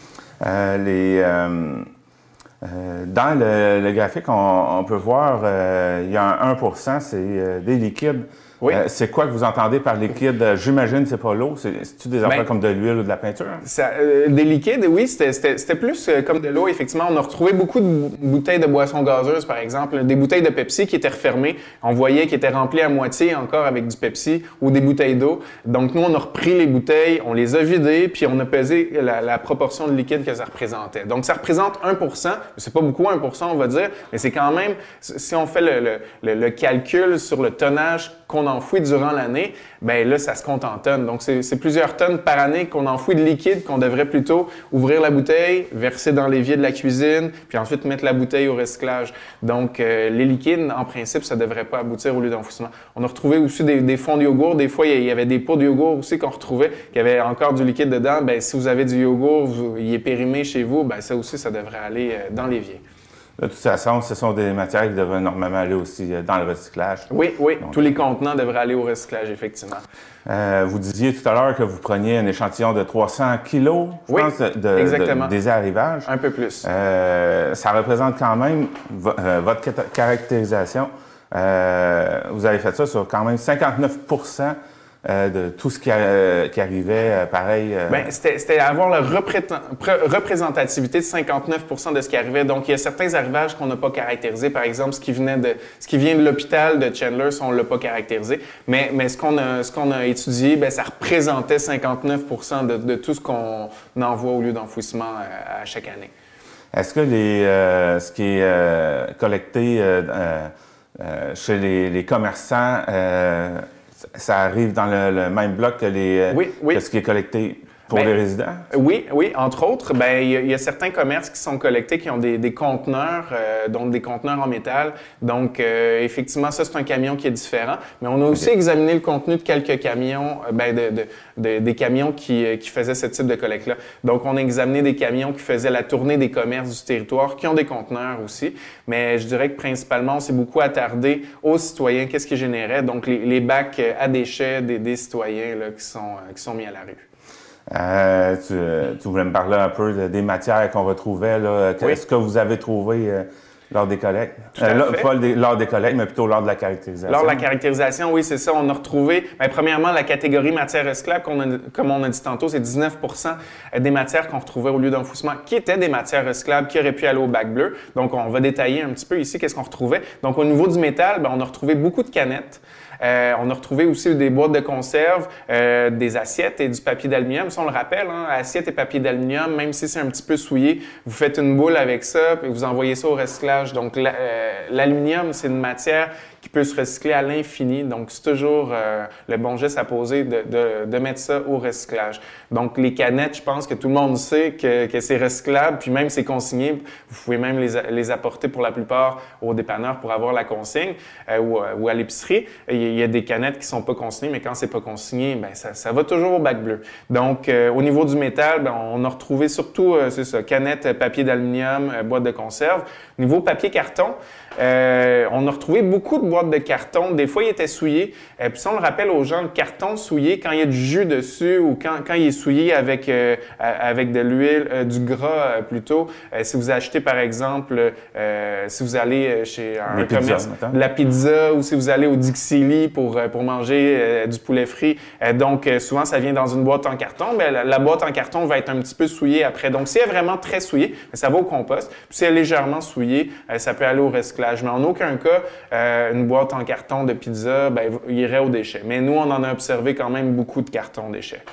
Euh, les... Euh... Euh, dans le, le graphique, on, on peut voir, euh, il y a un un pour cent, c'est euh, des liquides. Oui. Euh, c'est quoi que vous entendez par liquide? J'imagine c'est pas l'eau. C'est-tu des affaires ben, comme de l'huile ou de la peinture? Ça, euh, des liquides, oui, c'était plus euh, comme de l'eau. Effectivement, on a retrouvé beaucoup de bouteilles de boissons gazeuses, par exemple, des bouteilles de Pepsi qui étaient refermées. On voyait qu'elles étaient remplies à moitié encore avec du Pepsi ou des bouteilles d'eau. Donc, nous, on a repris les bouteilles, on les a vidées, puis on a pesé la, la proportion de liquide que ça représentait. Donc, ça représente un pour cent. C'est pas beaucoup, un pour cent, on va dire, mais c'est quand même, si on fait le, le, le, le calcul sur le tonnage qu'on enfouit durant l'année, ben là, ça se compte en tonnes. Donc, c'est plusieurs tonnes par année qu'on enfouit de liquide, qu'on devrait plutôt ouvrir la bouteille, verser dans l'évier de la cuisine, puis ensuite mettre la bouteille au recyclage. Donc, euh, les liquides, en principe, ça ne devrait pas aboutir au lieu d'enfouissement. On a retrouvé aussi des, des fonds de yogourt. Des fois, il y avait des pots de yogourt aussi qu'on retrouvait, qui avaient encore du liquide dedans. Ben, si vous avez du yogourt, vous, il est périmé chez vous, ben, ça aussi, ça devrait aller euh, dans l'évier. De toute façon, ce sont des matières qui devraient normalement aller aussi dans le recyclage. Oui, oui. Donc, tous les contenants devraient aller au recyclage, effectivement. Euh, vous disiez tout à l'heure que vous preniez un échantillon de trois cents kilos, je oui, pense, de, exactement. de, des arrivages. Un peu plus. Euh, ça représente quand même euh, votre caractérisation. Euh, vous avez fait ça sur quand même cinquante-neuf pour cent Euh, de tout ce qui, euh, qui arrivait, euh, pareil. Euh... Bien, c'était avoir la représentativité de cinquante-neuf pour cent de ce qui arrivait. Donc, il y a certains arrivages qu'on n'a pas caractérisés. Par exemple, ce qui venait de, ce qui vient de l'hôpital de Chandler, on ne l'a pas caractérisé. Mais, mais ce qu'on a, ce qu'on a étudié, bien, ça représentait cinquante-neuf pour cent de, de tout ce qu'on envoie au lieu d'enfouissement à, à chaque année. Est-ce que les, euh, ce qui est euh, collecté euh, euh, chez les, les commerçants, euh, ça arrive dans le, le même bloc que, les, oui, oui. que ce qui est collecté Pour ben, les résidents? Oui, oui. Entre autres, ben, il y, y a certains commerces qui sont collectés qui ont des, des conteneurs, euh, donc des conteneurs en métal. Donc, euh, effectivement, ça, c'est un camion qui est différent. Mais on a aussi okay. examiné le contenu de quelques camions, ben, de, de, de, des camions qui, qui faisaient ce type de collecte-là. Donc, on a examiné des camions qui faisaient la tournée des commerces du territoire, qui ont des conteneurs aussi. Mais je dirais que principalement, on s'est beaucoup attardé aux citoyens. Qu'est-ce qui générait? Donc, les, les bacs à déchets des, des citoyens là, qui, sont, qui sont mis à la rue. Euh, tu, tu voulais me parler un peu de, des matières qu'on retrouvait. Là. Qu'est-ce oui. que vous avez trouvé euh, lors des collectes? Euh, là, pas des, lors des collectes, mais plutôt lors de la caractérisation. Lors de la caractérisation, oui, c'est ça. On a retrouvé, bien, premièrement, la catégorie matières recyclables, qu'on a, comme on a dit tantôt, c'est dix-neuf pour cent des matières qu'on retrouvait au lieu d'enfouissement qui étaient des matières recyclables qui auraient pu aller au bac bleu. Donc, on va détailler un petit peu ici qu'est-ce qu'on retrouvait. Donc, au niveau du métal, bien, on a retrouvé beaucoup de canettes. Euh, on a retrouvé aussi des boîtes de conserve, euh, des assiettes et du papier d'aluminium. Ça, on le rappelle, hein, assiettes et papier d'aluminium, même si c'est un petit peu souillé, vous faites une boule avec ça et vous envoyez ça au recyclage. Donc, l'aluminium, euh, c'est une matière qui peut se recycler à l'infini. Donc, c'est toujours euh, le bon geste à poser de, de, de mettre ça au recyclage. Donc, les canettes, je pense que tout le monde sait que, que c'est recyclable, puis même c'est consigné. Vous pouvez même les, les apporter pour la plupart au dépanneur pour avoir la consigne euh, ou, ou à l'épicerie. Il y a des canettes qui ne sont pas consignées, mais quand c'est pas consigné, bien, ça, ça va toujours au bac bleu. Donc, euh, au niveau du métal, bien, on a retrouvé surtout, euh, c'est ça, canettes, papier d'aluminium, euh, boîtes de conserve. Au niveau papier-carton, euh, on a retrouvé beaucoup de boîtes de carton. Des fois, il était souillé. Euh, puis ça, on le rappelle aux gens, le carton souillé, quand il y a du jus dessus ou quand, quand il est souillé avec, euh, avec de l'huile, euh, du gras euh, plutôt. Euh, si vous achetez, par exemple, euh, si vous allez chez un Les commerce, pizzas, de la pizza ou si vous allez au Dixie Lee pour, pour manger euh, du poulet frit. Euh, donc, euh, souvent, ça vient dans une boîte en carton. Mais la, la boîte en carton va être un petit peu souillée après. Donc, si elle est vraiment très souillée, ça va au compost. Puis si elle est légèrement souillée, euh, ça peut aller au recyclage. Mais en aucun cas, euh, une boîte en carton de pizza, ben, il irait aux déchets. Mais nous, on en a observé quand même beaucoup de cartons déchets.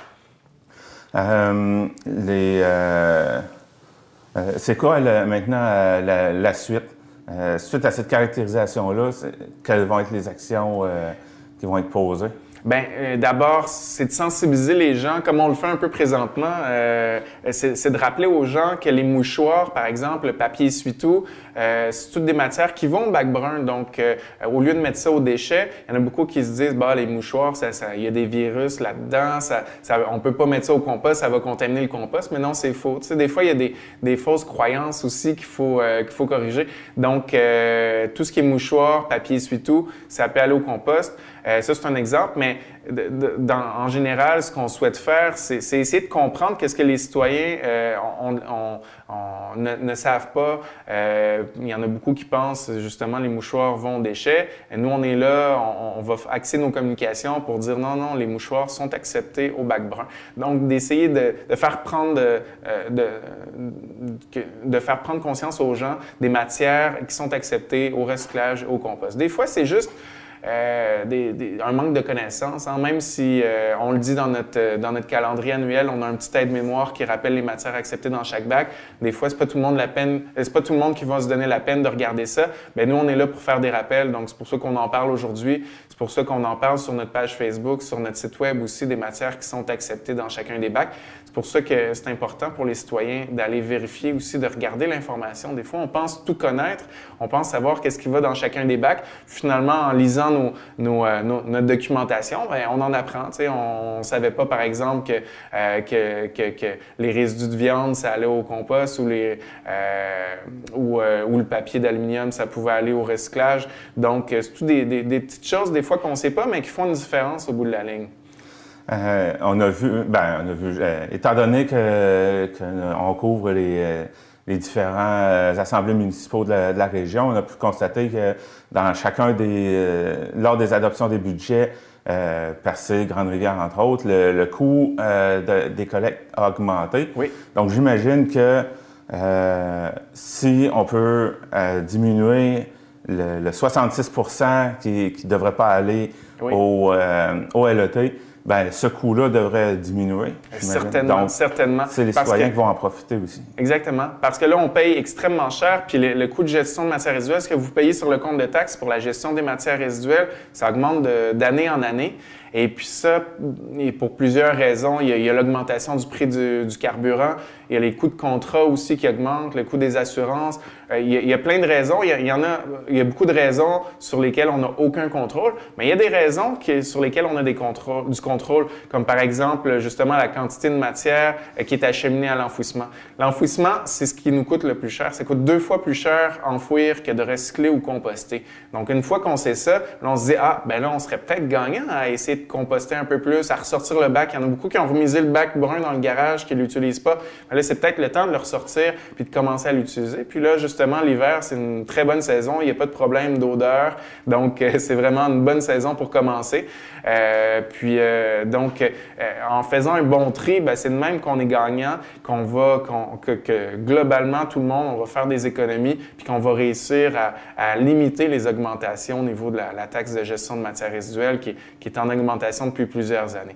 Euh, les, euh, euh, c'est quoi le, maintenant euh, la, la suite? Euh, suite à cette caractérisation-là, quelles vont être les actions euh, qui vont être posées? Bien, euh, d'abord, c'est de sensibiliser les gens, comme on le fait un peu présentement, euh, c'est de rappeler aux gens que les mouchoirs, par exemple, le papier essuie-tout, euh, c'est toutes des matières qui vont au bac brun. Donc, euh, au lieu de mettre ça aux déchets, il y en a beaucoup qui se disent, bah, les mouchoirs, ça, ça, il y a des virus là-dedans, ça, ça, on peut pas mettre ça au compost, ça va contaminer le compost. Mais non, c'est faux. Tu sais, des fois, il y a des, des fausses croyances aussi qu'il faut, euh, qu'il faut corriger. Donc, euh, tout ce qui est mouchoir, papier essuie-tout, ça peut aller au compost. Euh, ça, c'est un exemple, mais de, de, dans, en général, ce qu'on souhaite faire, c'est essayer de comprendre qu'est-ce que les citoyens euh, on, on, on, ne, ne savent pas. Euh, il y en a beaucoup qui pensent, justement, les mouchoirs vont aux déchets. Et nous, on est là, on, on va axer nos communications pour dire non, non, les mouchoirs sont acceptés au bac brun. Donc, d'essayer de, de faire prendre de, de, de, de faire prendre conscience aux gens des matières qui sont acceptées au recyclage, au compost. Des fois, c'est juste Euh, des, des, un manque de connaissances, hein, même si euh, on le dit dans notre, dans notre calendrier annuel, on a un petit aide-mémoire qui rappelle les matières acceptées dans chaque bac. Des fois, c'est pas tout le monde la peine, c'est pas tout le monde qui va se donner la peine de regarder ça. Bien, nous, on est là pour faire des rappels, donc c'est pour ça qu'on en parle aujourd'hui. C'est pour ça qu'on en parle sur notre page Facebook, sur notre site web aussi, des matières qui sont acceptées dans chacun des bacs. C'est pour ça que c'est important pour les citoyens d'aller vérifier aussi, de regarder l'information. Des fois, on pense tout connaître, on pense savoir qu'est-ce qui va dans chacun des bacs. Finalement, en lisant nos, nos, euh, nos, notre documentation, bien, on en apprend. Tu sais, on ne savait pas, par exemple, que, euh, que, que, que les résidus de viande, ça allait au compost ou, les, euh, ou, euh, ou le papier d'aluminium, ça pouvait aller au recyclage. Donc, c'est tout des, des, des petites choses, des fois, qu'on ne sait pas, mais qui font une différence au bout de la ligne. Euh, on a vu, ben, on a vu, euh, étant donné que, que on couvre les, euh, les différents euh, assemblées municipaux de la, de la région, on a pu constater que dans chacun des, euh, lors des adoptions des budgets, euh, Percé, Grande-Rivière, entre autres, le, le coût euh, de, des collectes a augmenté. Oui. Donc, j'imagine que euh, si on peut euh, diminuer le, le soixante-six pour cent qui ne devrait pas aller oui. au, euh, au L E T, bien, ce coût-là devrait diminuer. Certainement, Donc, certainement. c'est les citoyens que... qui vont en profiter aussi. Exactement. Parce que là, on paye extrêmement cher, puis le, le coût de gestion de matières résiduelles, ce que vous payez sur le compte de taxes pour la gestion des matières résiduelles, ça augmente d'année en année. Et puis ça, et pour plusieurs raisons, il y a, a l'augmentation du prix du, du carburant, il y a les coûts de contrat aussi qui augmentent, le coût des assurances. Euh, il, y a, il y a plein de raisons. Il y, a, il y en a, il y a beaucoup de raisons sur lesquelles on n'a aucun contrôle, mais il y a des raisons qui, sur lesquelles on a des contrôles, du contrôle, comme par exemple justement la quantité de matière euh, qui est acheminée à l'enfouissement. L'enfouissement, c'est ce qui nous coûte le plus cher. Ça coûte deux fois plus cher enfouir que de recycler ou composter. Donc une fois qu'on sait ça, là, on se dit, ah, ben là, on serait peut-être gagnant à essayer de composter un peu plus, à ressortir le bac. Il y en a beaucoup qui ont remisé le bac brun dans le garage, qui ne l'utilisent pas. Mais là, c'est peut-être le temps de le ressortir puis de commencer à l'utiliser. Puis là, justement, l'hiver, c'est une très bonne saison. Il n'y a pas de problème d'odeur. Donc, euh, c'est vraiment une bonne saison pour commencer. Euh, puis, euh, donc, euh, en faisant un bon tri, ben, c'est de même qu'on est gagnant, qu'on va, qu'on, que, que globalement, tout le monde, on va faire des économies puis qu'on va réussir à, à limiter les augmentations au niveau de la, la taxe de gestion de matières résiduelles qui, qui est en augmentation depuis plusieurs années.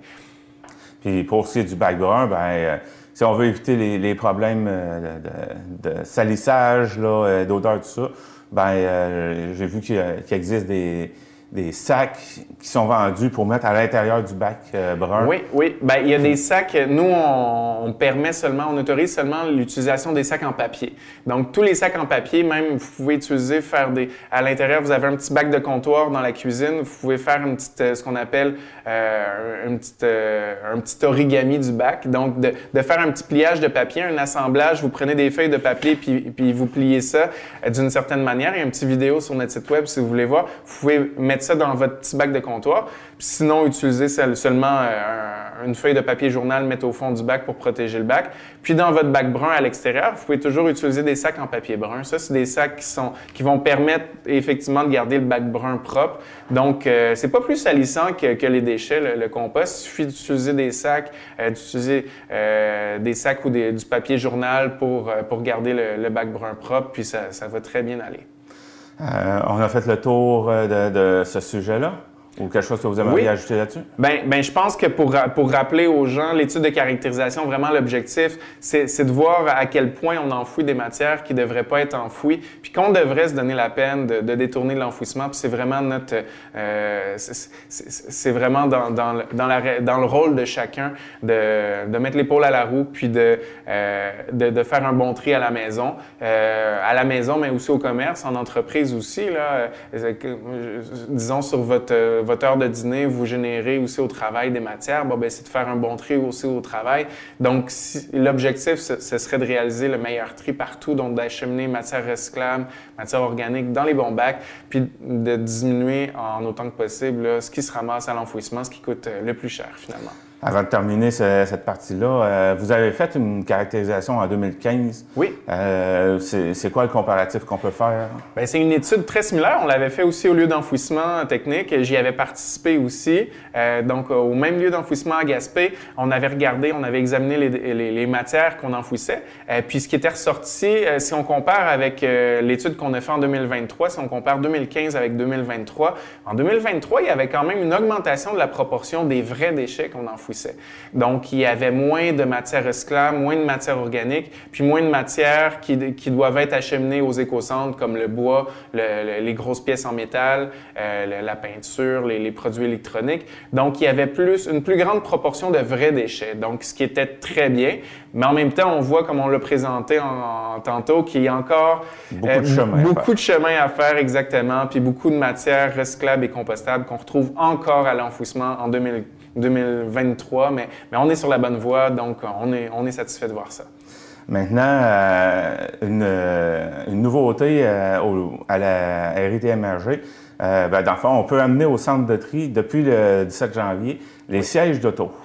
Puis pour ce qui est du bac brun, bien, euh, si on veut éviter les, les problèmes euh, de, de salissage, là, d'odeur, tout ça, bien, euh, j'ai vu qu'il, qu'il existe des, des sacs qui sont vendus pour mettre à l'intérieur du bac euh, brun. Oui, oui. Bien, il y a des sacs, nous, on, on permet seulement, on autorise seulement l'utilisation des sacs en papier. Donc, tous les sacs en papier, même, vous pouvez utiliser, faire des... À l'intérieur, vous avez un petit bac de comptoir dans la cuisine, vous pouvez faire une petite, ce qu'on appelle euh, une petite, euh, un petit origami du bac. Donc, de, de faire un petit pliage de papier, un assemblage, vous prenez des feuilles de papier puis, puis vous pliez ça euh, d'une certaine manière. Il y a une petite vidéo sur notre site web si vous voulez voir. Vous pouvez mettre ça dans votre petit bac de comptoir. Puis sinon, utilisez seulement euh, une feuille de papier journal, mettre au fond du bac pour protéger le bac. Puis dans votre bac brun à l'extérieur, vous pouvez toujours utiliser des sacs en papier brun. Ça, c'est des sacs qui, sont, qui vont permettre effectivement de garder le bac brun propre. Donc, euh, c'est pas plus salissant que, que les déchets, le, le compost. Il suffit d'utiliser des sacs, euh, d'utiliser euh, des sacs ou des, du papier journal pour, euh, pour garder le, le bac brun propre, puis ça, ça va très bien aller. Euh, on a fait le tour de, de ce sujet-là? Ou quelque chose que vous aimeriez oui. ajouter là-dessus? Bien, ben, je pense que pour, pour rappeler aux gens, l'étude de caractérisation, vraiment l'objectif, c'est, c'est de voir à quel point on enfouit des matières qui ne devraient pas être enfouies, puis qu'on devrait se donner la peine de, de détourner l'enfouissement. Puis c'est vraiment notre, euh, c'est, c'est, c'est vraiment dans, dans, le, dans, la, dans le rôle de chacun de, de mettre l'épaule à la roue, puis de, euh, de, de faire un bon tri à la maison, euh, à la maison, mais aussi au commerce, en entreprise aussi. Là, euh, disons sur votre votre heure de dîner, vous générez aussi au travail des matières, bon, ben, c'est de faire un bon tri aussi au travail. Donc, si, l'objectif, ce, ce serait de réaliser le meilleur tri partout, donc d'acheminer matières recyclables, matières organiques dans les bons bacs, puis de diminuer en autant que possible là, ce qui se ramasse à l'enfouissement, ce qui coûte le plus cher finalement. Avant de terminer ce, cette partie-là, euh, vous avez fait une caractérisation en deux mille quinze. Oui. Euh, c'est, c'est quoi le comparatif qu'on peut faire? Bien, c'est une étude très similaire. On l'avait fait aussi au lieu d'enfouissement technique. J'y avais participé aussi. Euh, donc, au même lieu d'enfouissement à Gaspé, on avait regardé, on avait examiné les, les, les matières qu'on enfouissait. Euh, puis, ce qui était ressorti, euh, si on compare avec euh, l'étude qu'on a fait en deux mille vingt-trois, si on compare deux mille quinze avec deux mille vingt-trois, en deux mille vingt-trois, il y avait quand même une augmentation de la proportion des vrais déchets qu'on enfouissait. Donc, il y avait moins de matières recyclables, moins de matières organiques, puis moins de matières qui, qui doivent être acheminées aux écocentres, comme le bois, le, le, les grosses pièces en métal, euh, la peinture, les, les produits électroniques. Donc, il y avait plus, une plus grande proportion de vrais déchets, donc ce qui était très bien. Mais en même temps, on voit, comme on l'a présenté en, en tantôt, qu'il y a encore beaucoup, euh, de, chemin beaucoup de chemin à faire, exactement, puis beaucoup de matières recyclables et compostables qu'on retrouve encore à l'enfouissement en deux mille vingt-trois, mais, mais on est sur la bonne voie, donc on est, on est satisfait de voir ça. Maintenant, euh, une, une nouveauté euh, au, à la R I T M R G, euh, ben, dans le fond, on peut amener au centre de tri depuis le dix-sept janvier les oui. sièges d'auto.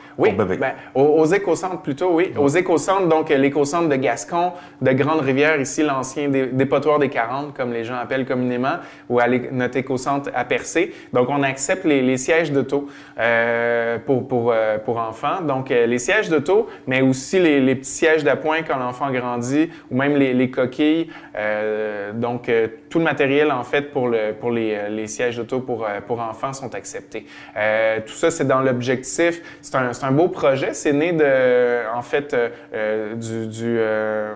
Oui, ben, aux, aux écocentres plutôt, oui. Aux écocentres, donc l'écocentre de Gascon, de Grande-Rivière, ici l'ancien dé, dépotoir des quarante, comme les gens appellent communément, ou à notre écocentre à Percé. Donc on accepte les, les sièges d'auto euh, pour, pour, euh, pour enfants. Donc euh, les sièges d'auto, mais aussi les, les petits sièges d'appoint quand l'enfant grandit, ou même les, les coquilles. Euh, donc euh, tout le matériel en fait pour, le, pour les, les sièges d'auto pour, pour enfants sont acceptés. Euh, tout ça, c'est dans l'objectif. C'est un, c'est un beau projet. C'est né de, en fait, euh, du, du, euh,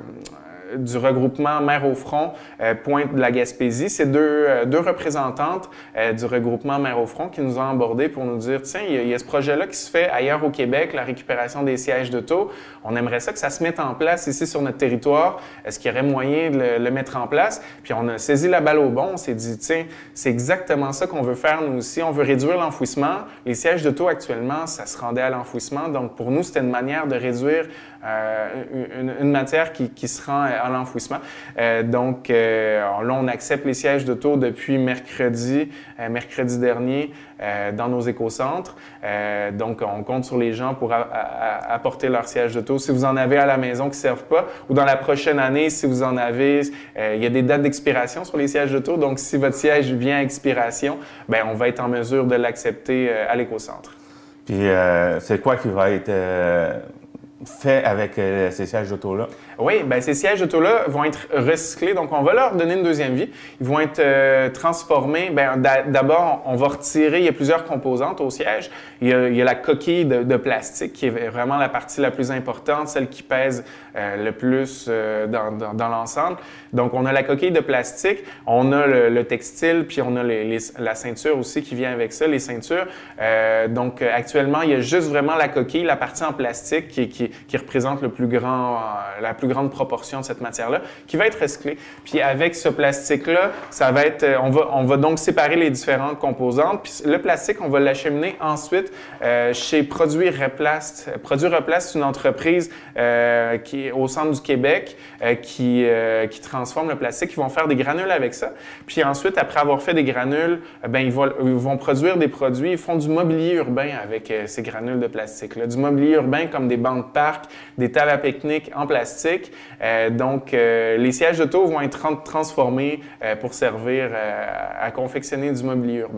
du regroupement Mères au front euh, Pointe de la Gaspésie. C'est deux, euh, deux représentantes euh, du regroupement Mères au front qui nous ont abordés pour nous dire, tiens, il y, a, il y a ce projet-là qui se fait ailleurs au Québec, la récupération des sièges d'auto. On aimerait ça que ça se mette en place ici sur notre territoire. Est-ce qu'il y aurait moyen de le, le mettre en place? Puis on a saisi la balle au bon. On s'est dit, tiens, c'est exactement ça qu'on veut faire nous aussi. On veut réduire l'enfouissement. Les sièges d'auto actuellement, ça se rendait à l'enfouissement. Donc pour nous, c'était une manière de réduire euh, une, une matière qui, qui se rend à l'enfouissement. Euh, donc euh, là, on accepte les sièges d'auto depuis mercredi, euh, mercredi dernier, euh, dans nos écocentres. Euh, donc on compte sur les gens pour a, a, apporter leurs sièges d'auto. Si vous en avez à la maison qui ne servent pas, ou dans la prochaine année, si vous en avez, euh, il y a des dates d'expiration sur les sièges d'auto. Donc si votre siège vient à expiration, bien, on va être en mesure de l'accepter euh, à l'écocentre. Puis euh, c'est quoi qui va être euh, fait avec euh, ces sièges d'auto-là? Oui, bien, ces sièges auto-là vont être recyclés, donc on va leur donner une deuxième vie. Ils vont être euh, transformés. Bien, d'abord, on va retirer, il y a plusieurs composantes au siège. Il y a, il y a la coquille de, de plastique qui est vraiment la partie la plus importante, celle qui pèse euh, le plus euh, dans, dans, dans l'ensemble. Donc, on a la coquille de plastique, on a le, le textile, puis on a les, les, la ceinture aussi qui vient avec ça, les ceintures. Euh, donc, actuellement, il y a juste vraiment la coquille, la partie en plastique qui, qui, qui représente le plus grand, euh, la plus grande proportion de cette matière-là, qui va être recyclée. Puis avec ce plastique-là, ça va être, on va, on va donc séparer les différentes composantes. Puis le plastique, on va l'acheminer ensuite euh, chez Produits Replast. Produits Replast, c'est une entreprise euh, qui est au centre du Québec euh, qui, euh, qui transforme le plastique. Ils vont faire des granules avec ça. Puis ensuite, après avoir fait des granules, ben ils, vont, ils vont produire des produits. Ils font du mobilier urbain avec euh, ces granules de plastique-là. Du mobilier urbain comme des bancs de parc, des tables à pique-nique en plastique. Euh, donc, euh, les sièges d'auto vont être tra transformés euh, pour servir euh, à confectionner du mobilier urbain.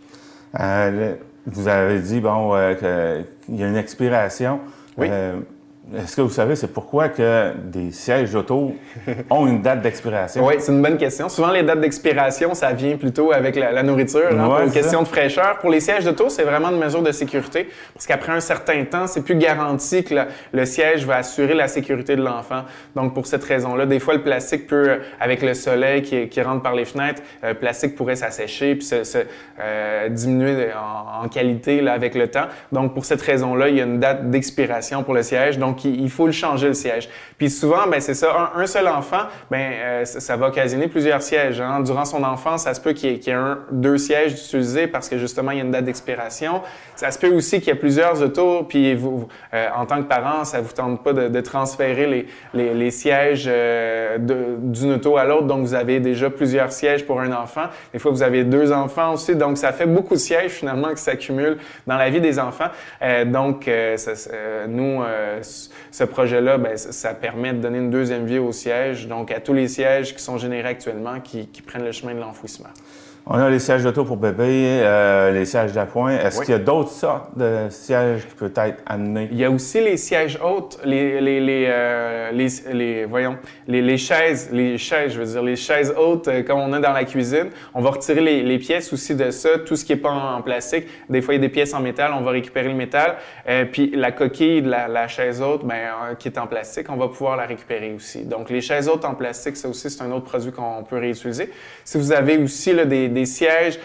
Euh, vous avez dit, bon, euh, qu'il y a une expiration. Oui. Euh, Est-ce que vous savez, c'est pourquoi que des sièges d'auto ont une date d'expiration? Oui, c'est une bonne question. Souvent, les dates d'expiration, ça vient plutôt avec la, la nourriture, hein, ouais, pour une question ça. de fraîcheur. Pour les sièges d'auto, c'est vraiment une mesure de sécurité, parce qu'après un certain temps, c'est plus garanti que la, le siège va assurer la sécurité de l'enfant. Donc, pour cette raison-là, des fois, le plastique peut, avec le soleil qui, qui rentre par les fenêtres, euh, le plastique pourrait s'assécher puis se, se euh, diminuer en, en qualité là, avec le temps. Donc, pour cette raison-là, il y a une date d'expiration pour le siège. Donc, Donc, il faut le changer, le siège. Puis souvent, ben c'est ça, un, un seul enfant, ben euh, ça, ça va occasionner plusieurs sièges. Hein. Durant son enfance, ça se peut qu'il y ait, qu'il y ait un, deux sièges utilisés parce que justement, il y a une date d'expiration. Ça se peut aussi qu'il y ait plusieurs autos, puis vous, euh, en tant que parent, ça ne vous tente pas de, de transférer les, les, les sièges euh, d'une auto à l'autre. Donc, vous avez déjà plusieurs sièges pour un enfant. Des fois, vous avez deux enfants aussi. Donc, ça fait beaucoup de sièges finalement qui s'accumulent dans la vie des enfants. Euh, donc, euh, ça, euh, nous, euh, ce projet-là, ben, ça, ça permet de donner une deuxième vie aux sièges, donc à tous les sièges qui sont générés actuellement, qui, qui prennent le chemin de l'enfouissement. On a les sièges d'auto pour bébé, euh, les sièges d'appoint. Est-ce oui. qu'il y a d'autres sortes de sièges qui peuvent être amenés? Il y a aussi les sièges hautes, les, les, les, euh, les, les, voyons, les, les chaises, les chaises, je veux dire, les chaises hautes euh, comme on a dans la cuisine. On va retirer les, les pièces aussi de ça, tout ce qui n'est pas en, en plastique. Des fois, il y a des pièces en métal, on va récupérer le métal. Euh, puis la coquille de la, la chaise haute, ben, euh, qui est en plastique, on va pouvoir la récupérer aussi. Donc, les chaises hautes en plastique, ça aussi, c'est un autre produit qu'on peut réutiliser. Si vous avez aussi là, des des sièges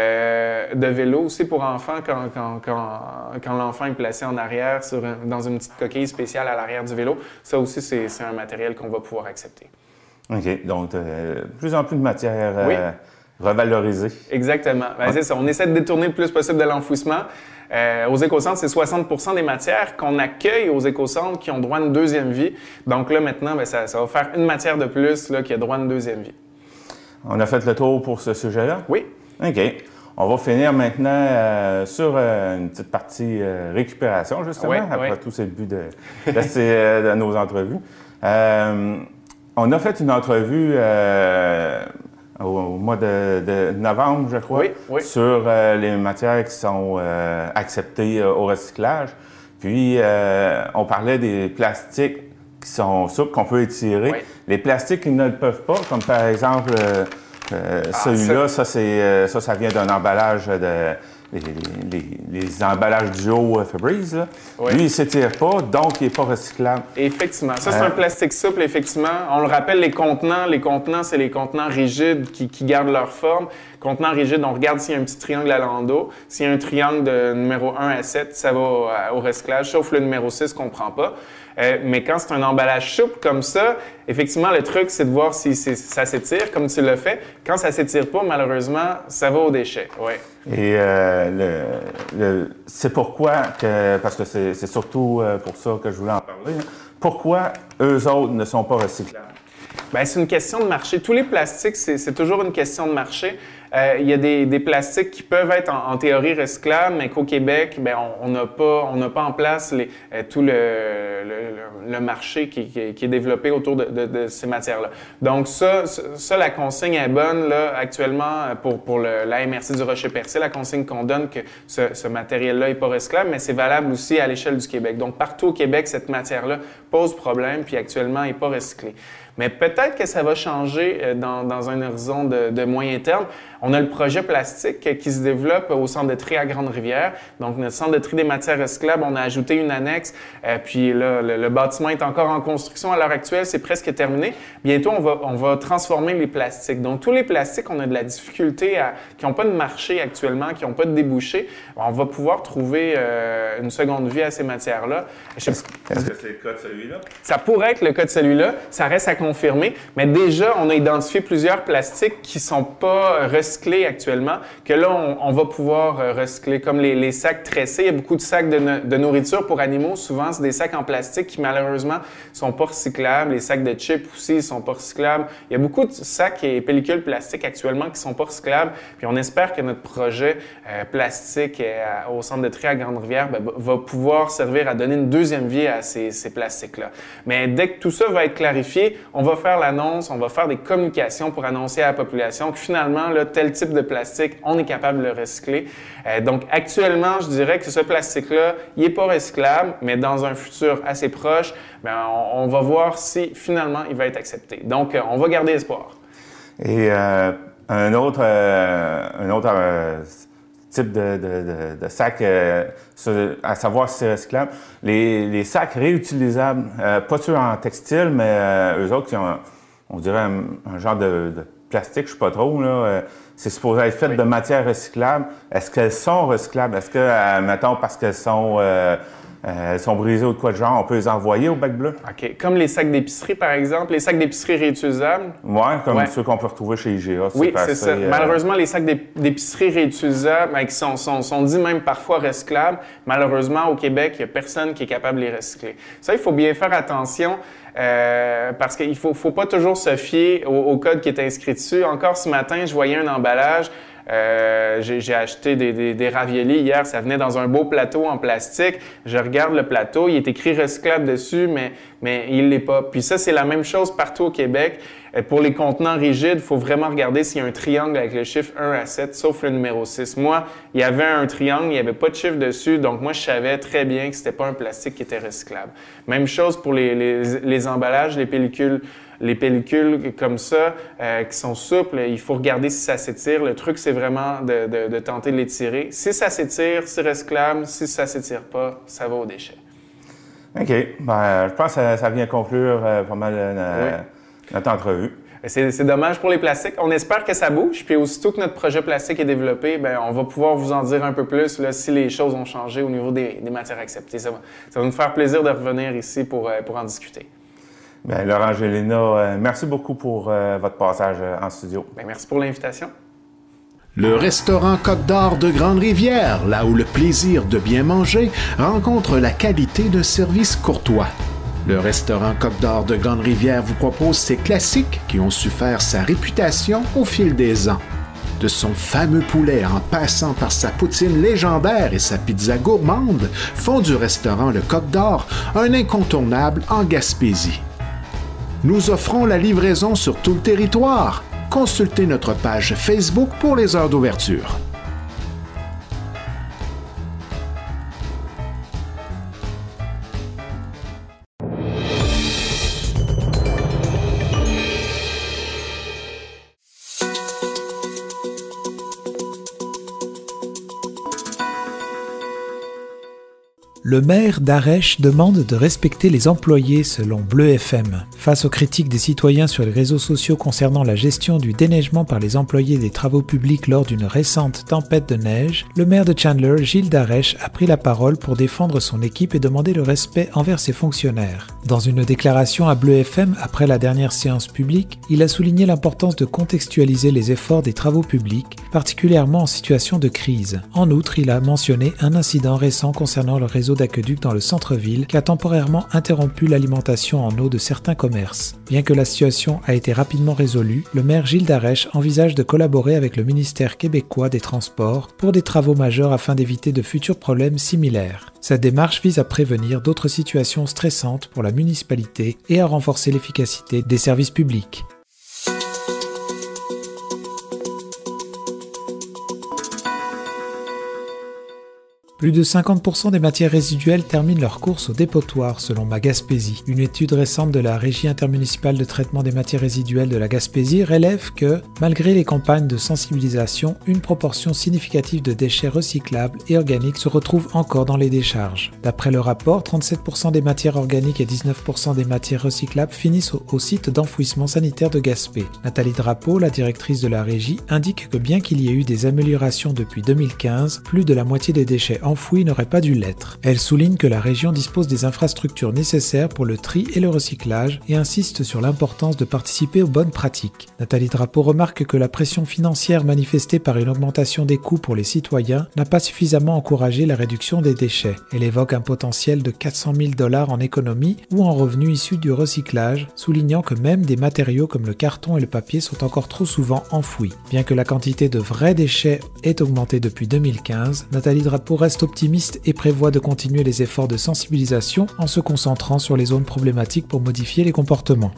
euh, de vélo aussi pour enfants quand, quand, quand, quand l'enfant est placé en arrière sur un, dans une petite coquille spéciale à l'arrière du vélo. Ça aussi, c'est un matériel qu'on va pouvoir accepter. OK. Donc, euh, plus en plus de matières euh, oui. revalorisées. Exactement. Ben, ouais. C'est ça. On essaie de détourner le plus possible de l'enfouissement. Euh, aux écocentres, c'est soixante pour cent des matières qu'on accueille aux écocentres qui ont droit à une deuxième vie. Donc là, maintenant, ben, ça, ça va faire une matière de plus là, qui a droit à une deuxième vie. On a fait le tour pour ce sujet-là? Oui. OK. On va finir maintenant euh, sur euh, une petite partie euh, récupération, justement. Oui, Après oui. tout, c'est le but de, de, ces, euh, de nos entrevues. Euh, on a fait une entrevue euh, au, au mois de, de novembre, je crois, oui, oui. sur euh, les matières qui sont euh, acceptées euh, au recyclage. Puis, euh, on parlait des plastiques qui sont souples, qu'on peut étirer. Oui. Les plastiques qui ne le peuvent pas, comme par exemple... Euh, Euh, ah, celui-là, ça, c'est, euh, ça, ça vient d'un emballage de... Les, les, les emballages duo Febreze, là. Oui. Lui, il ne s'étire pas, donc il n'est pas recyclable. Effectivement. Ça, c'est euh... un plastique souple, effectivement. On le rappelle, les contenants, les contenants, c'est les contenants rigides qui, qui gardent leur forme. Contenant rigide, on regarde s'il y a un petit triangle à l'endos. S'il y a un triangle de numéro un à sept, ça va au recyclage, sauf le numéro six qu'on ne prend pas. Euh, mais quand c'est un emballage souple comme ça, effectivement, le truc, c'est de voir si ça s'étire, comme tu l'as fait. Quand ça ne s'étire pas, malheureusement, ça va aux déchets. Ouais. Et euh, le, le, c'est pourquoi, que, parce que c'est, c'est surtout pour ça que je voulais en parler, hein, pourquoi eux autres ne sont pas recyclables? Bien, c'est une question de marché. Tous les plastiques, c'est, c'est toujours une question de marché. Euh, il y a des, des plastiques qui peuvent être en, en théorie recyclables, mais qu'au Québec, bien, on n'a pas, on n'a pas en place les, euh, tout le, le, le marché qui, qui, qui est développé autour de, de, de ces matières-là. Donc ça, ça, la consigne est bonne là, actuellement pour, pour le, la M R C du Rocher-Percé. La consigne qu'on donne que ce, ce matériel-là n'est pas recyclable, mais c'est valable aussi à l'échelle du Québec. Donc partout au Québec, cette matière-là pose problème, puis actuellement, elle n'est pas recyclée. Mais peut-être que ça va changer dans, dans un horizon de, de moyen terme. On a le projet plastique qui se développe au centre de tri à Grande-Rivière. Donc, notre centre de tri des matières recyclables, on a ajouté une annexe. Euh, puis là, le, le bâtiment est encore en construction à l'heure actuelle. C'est presque terminé. Bientôt, on va, on va transformer les plastiques. Donc, tous les plastiques, on a de la difficulté à, qui n'ont pas de marché actuellement, qui n'ont pas de débouché. On va pouvoir trouver euh, une seconde vie à ces matières-là. Je... Est-ce que c'est le cas de celui-là? Ça pourrait être le cas de celui-là. Ça reste à confirmer. Mais déjà, on a identifié plusieurs plastiques qui ne sont pas recyclés actuellement, que là, on, on va pouvoir recycler, comme les, les sacs tressés. Il y a beaucoup de sacs de, no, de nourriture pour animaux. Souvent, c'est des sacs en plastique qui, malheureusement, ne sont pas recyclables. Les sacs de chips aussi ne sont pas recyclables. Il y a beaucoup de sacs et pellicules plastiques actuellement qui ne sont pas recyclables. Puis on espère que notre projet euh, plastique euh, au centre de tri à Grande-Rivière ben, va pouvoir servir à donner une deuxième vie à ces, ces plastiques-là. Mais dès que tout ça va être clarifié, on va faire l'annonce, on va faire des communications pour annoncer à la population que finalement, là, tel type de plastique, on est capable de le recycler. Euh, donc, actuellement, je dirais que ce plastique-là, il n'est pas recyclable, mais dans un futur assez proche, bien, on, on va voir si finalement il va être accepté. Donc, euh, on va garder espoir. Et euh, un autre, euh, un autre euh, type de, de, de, de sac, euh, à savoir si c'est recyclable, les, les sacs réutilisables, euh, pas ceux en textile, mais euh, eux autres qui ont, on dirait, un, un genre de, de plastique, je ne sais pas trop, là, euh, c'est supposé être fait oui. de matières recyclables. Est-ce qu'elles sont recyclables? Est-ce que, euh, mettons, parce qu'elles sont, euh, euh, sont brisées ou de quoi de genre, on peut les envoyer au bac bleu? OK. Comme les sacs d'épicerie, par exemple, les sacs d'épicerie réutilisables? Oui, comme ouais. ceux qu'on peut retrouver chez I G A. Oui, c'est ça. Euh... Malheureusement, les sacs d'épicerie réutilisables, ben, qui sont, sont, sont dits même parfois recyclables, malheureusement, au Québec, il n'y a personne qui est capable de les recycler. Ça, il faut bien faire attention. Euh, parce qu'il ne faut, faut pas toujours se fier au, au code qui est inscrit dessus. Encore ce matin, je voyais un emballage. Euh, j'ai, j'ai acheté des, des, des raviolis hier, ça venait dans un beau plateau en plastique. Je regarde le plateau, il est écrit recyclable dessus, mais, mais il ne l'est pas. Puis ça, c'est la même chose partout au Québec. Euh, pour les contenants rigides, il faut vraiment regarder s'il y a un triangle avec le chiffre un à sept, sauf le numéro six. Moi, il y avait un triangle, il n'y avait pas de chiffre dessus, donc moi, je savais très bien que ce n'était pas un plastique qui était recyclable. Même chose pour les, les, les emballages, les pellicules. Les pellicules comme ça, euh, qui sont souples, il faut regarder si ça s'étire. Le truc, c'est vraiment de, de, de tenter de l'étirer. Si ça s'étire, c'est recyclable. Si ça ne s'étire pas, ça va aux déchets. OK. Ben, je pense que ça, ça vient conclure euh, pas mal euh, oui. notre entrevue. C'est, c'est dommage pour les plastiques. On espère que ça bouge. Puis aussitôt que notre projet plastique est développé, bien, on va pouvoir vous en dire un peu plus là, si les choses ont changé au niveau des, des matières acceptées. Ça va, ça va nous faire plaisir de revenir ici pour, euh, pour en discuter. Bien, Laurent Gélina, euh, merci beaucoup pour euh, votre passage euh, en studio. Bien, merci pour l'invitation. Le restaurant Côte d'Or de Grande-Rivière, là où le plaisir de bien manger rencontre la qualité d'un service courtois. Le restaurant Côte d'Or de Grande-Rivière vous propose ses classiques qui ont su faire sa réputation au fil des ans. De son fameux poulet en passant par sa poutine légendaire et sa pizza gourmande, font du restaurant Le Coq d'Or un incontournable en Gaspésie. Nous offrons la livraison sur tout le territoire. Consultez notre page Facebook pour les heures d'ouverture. Le maire d'Arèche demande de respecter les employés selon Bleu F M. Face aux critiques des citoyens sur les réseaux sociaux concernant la gestion du déneigement par les employés des travaux publics lors d'une récente tempête de neige, le maire de Chandler, Gilles d'Arèche, a pris la parole pour défendre son équipe et demander le respect envers ses fonctionnaires. Dans une déclaration à Bleu F M après la dernière séance publique, il a souligné l'importance de contextualiser les efforts des travaux publics, particulièrement en situation de crise. En outre, il a mentionné un incident récent concernant le réseau d'aqueduc dans le centre-ville qui a temporairement interrompu l'alimentation en eau de certains commerces. Bien que la situation a été rapidement résolue, le maire Gilles d'Arèche envisage de collaborer avec le ministère québécois des Transports pour des travaux majeurs afin d'éviter de futurs problèmes similaires. Cette démarche vise à prévenir d'autres situations stressantes pour la municipalité et à renforcer l'efficacité des services publics. Plus de cinquante pour cent des matières résiduelles terminent leur course au dépotoir, selon ma Gaspésie. Une étude récente de la Régie intermunicipale de traitement des matières résiduelles de la Gaspésie relève que, malgré les campagnes de sensibilisation, une proportion significative de déchets recyclables et organiques se retrouve encore dans les décharges. D'après le rapport, trente-sept pour cent des matières organiques et dix-neuf pour cent des matières recyclables finissent au, au site d'enfouissement sanitaire de Gaspé. Nathalie Drapeau, la directrice de la Régie, indique que bien qu'il y ait eu des améliorations depuis deux mille quinze, plus de la moitié des déchets enfouis n'aurait pas dû l'être. Elle souligne que la région dispose des infrastructures nécessaires pour le tri et le recyclage et insiste sur l'importance de participer aux bonnes pratiques. Nathalie Drapeau remarque que la pression financière manifestée par une augmentation des coûts pour les citoyens n'a pas suffisamment encouragé la réduction des déchets. Elle évoque un potentiel de quatre cent mille dollars en économie ou en revenus issus du recyclage, soulignant que même des matériaux comme le carton et le papier sont encore trop souvent enfouis. Bien que la quantité de vrais déchets ait augmenté depuis deux mille quinze, Nathalie Drapeau reste optimiste et prévoit de continuer les efforts de sensibilisation en se concentrant sur les zones problématiques pour modifier les comportements.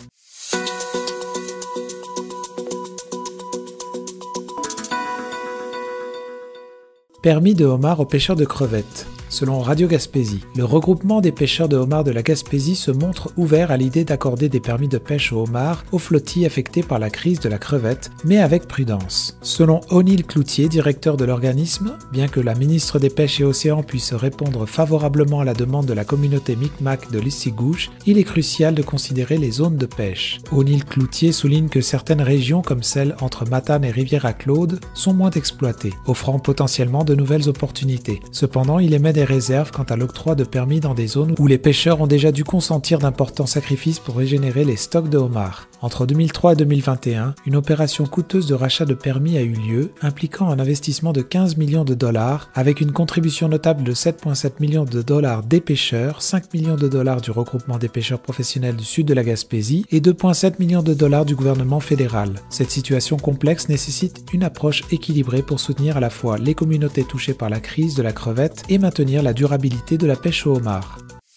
Permis de homard aux pêcheurs de crevettes. Selon Radio Gaspésie, le regroupement des pêcheurs de homards de la Gaspésie se montre ouvert à l'idée d'accorder des permis de pêche au homard aux flottilles affectées par la crise de la crevette, mais avec prudence. Selon O'Neill Cloutier, directeur de l'organisme, bien que la ministre des Pêches et Océans puisse répondre favorablement à la demande de la communauté Micmac de l'Issigouche, il est crucial de considérer les zones de pêche. O'Neill Cloutier souligne que certaines régions, comme celle entre Matane et Rivière-à-Claude, sont moins exploitées, offrant potentiellement de nouvelles opportunités. Cependant, il émet des réserves quant à l'octroi de permis dans des zones où les pêcheurs ont déjà dû consentir d'importants sacrifices pour régénérer les stocks de homards. Entre deux mille trois et deux mille vingt et un, une opération coûteuse de rachat de permis a eu lieu, impliquant un investissement de quinze millions de dollars, avec une contribution notable de sept virgule sept millions de dollars des pêcheurs, cinq millions de dollars du regroupement des pêcheurs professionnels du sud de la Gaspésie et deux virgule sept millions de dollars du gouvernement fédéral. Cette situation complexe nécessite une approche équilibrée pour soutenir à la fois les communautés touchées par la crise de la crevette et maintenir la durabilité de la pêche au homard.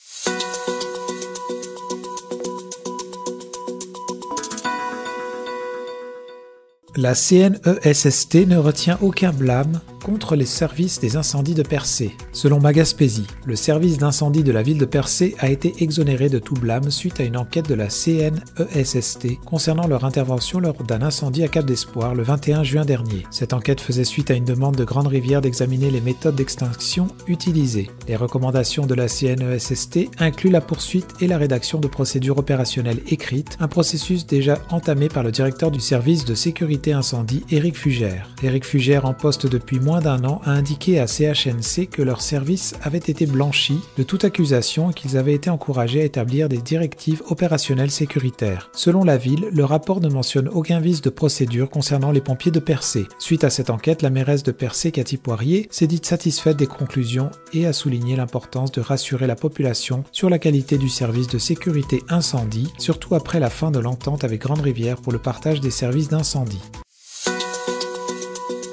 La C N E S S T ne retient aucun blâme contre les services des incendies de Percé. Selon ma Gaspésie, le service d'incendie de la ville de Percé a été exonéré de tout blâme suite à une enquête de la C N E S S T concernant leur intervention lors d'un incendie à Cap d'Espoir le vingt et un juin dernier. Cette enquête faisait suite à une demande de Grande Rivière d'examiner les méthodes d'extinction utilisées. Les recommandations de la C N E S S T incluent la poursuite et la rédaction de procédures opérationnelles écrites, un processus déjà entamé par le directeur du service de sécurité incendie, Éric Fugère. Éric Fugère, en poste depuis moins d'un an, a indiqué à C H N C que leur service avait été blanchi de toute accusation et qu'ils avaient été encouragés à établir des directives opérationnelles sécuritaires. Selon la ville, le rapport ne mentionne aucun vice de procédure concernant les pompiers de Percé. Suite à cette enquête, la mairesse de Percé, Cathy Poirier, s'est dite satisfaite des conclusions et a souligné l'importance de rassurer la population sur la qualité du service de sécurité incendie, surtout après la fin de l'entente avec Grande Rivière pour le partage des services d'incendie.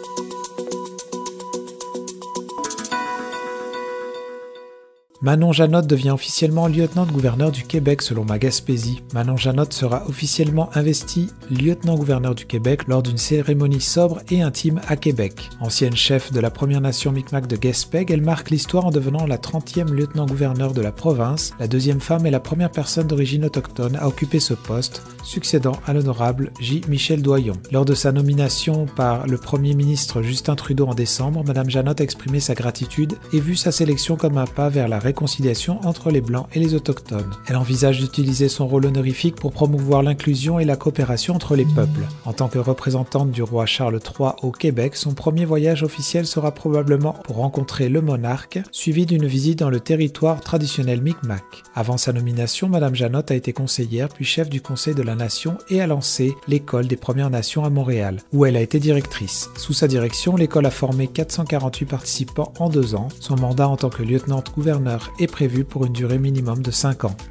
Manon Janotte devient officiellement lieutenant-gouverneur du Québec selon ma Gaspésie. Manon Janotte sera officiellement investie lieutenant-gouverneur du Québec lors d'une cérémonie sobre et intime à Québec. Ancienne chef de la Première Nation Micmac de Gaspé, elle marque l'histoire en devenant la trentième lieutenant-gouverneur de la province, la deuxième femme et la première personne d'origine autochtone à occuper ce poste, succédant à l'honorable J. Michel Doyon. Lors de sa nomination par le premier ministre Justin Trudeau en décembre, Madame Janotte a exprimé sa gratitude et vu sa sélection comme un pas vers la réconciliation entre les Blancs et les Autochtones. Elle envisage d'utiliser son rôle honorifique pour promouvoir l'inclusion et la coopération entre les peuples. En tant que représentante du roi Charles trois au Québec, son premier voyage officiel sera probablement pour rencontrer le monarque, suivi d'une visite dans le territoire traditionnel Micmac. Avant sa nomination, Madame Janotte a été conseillère puis chef du Conseil de la Nation et a lancé l'École des Premières Nations à Montréal, où elle a été directrice. Sous sa direction, l'école a formé quatre cent quarante-huit participants en deux ans. Son mandat en tant que lieutenant-gouverneur est prévu pour une durée minimum de cinq ans.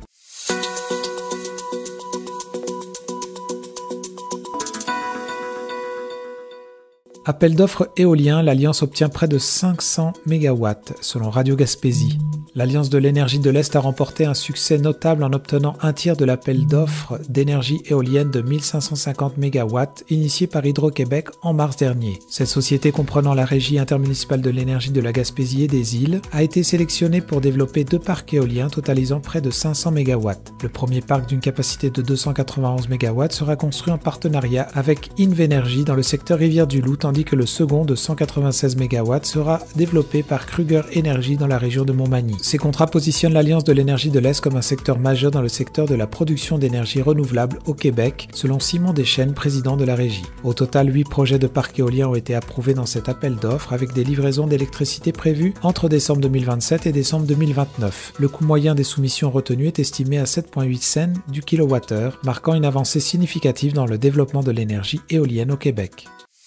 Appel d'offres éolien, l'Alliance obtient près de cinq cents mégawatts, selon Radio Gaspésie. L'Alliance de l'énergie de l'Est a remporté un succès notable en obtenant un tiers de l'appel d'offres d'énergie éolienne de mille cinq cent cinquante mégawatts initié par Hydro-Québec en mars dernier. Cette société comprenant la Régie intermunicipale de l'énergie de la Gaspésie et des îles a été sélectionnée pour développer deux parcs éoliens totalisant près de cinq cents mégawatts. Le premier parc d'une capacité de deux cent quatre-vingt-onze mégawatts sera construit en partenariat avec Invenergy dans le secteur Rivière-du-Loup, tandis que le second de cent quatre-vingt-seize mégawatts sera développé par Kruger Energy dans la région de Montmagny. Ces contrats positionnent l'Alliance de l'énergie de l'Est comme un secteur majeur dans le secteur de la production d'énergie renouvelable au Québec, selon Simon Deschênes, président de la régie. Au total, huit projets de parcs éoliens ont été approuvés dans cet appel d'offres, avec des livraisons d'électricité prévues entre décembre deux mille vingt-sept et décembre deux mille vingt-neuf. Le coût moyen des soumissions retenues est estimé à sept virgule huit cents du kilowattheure, marquant une avancée significative dans le développement de l'énergie éolienne au Québec.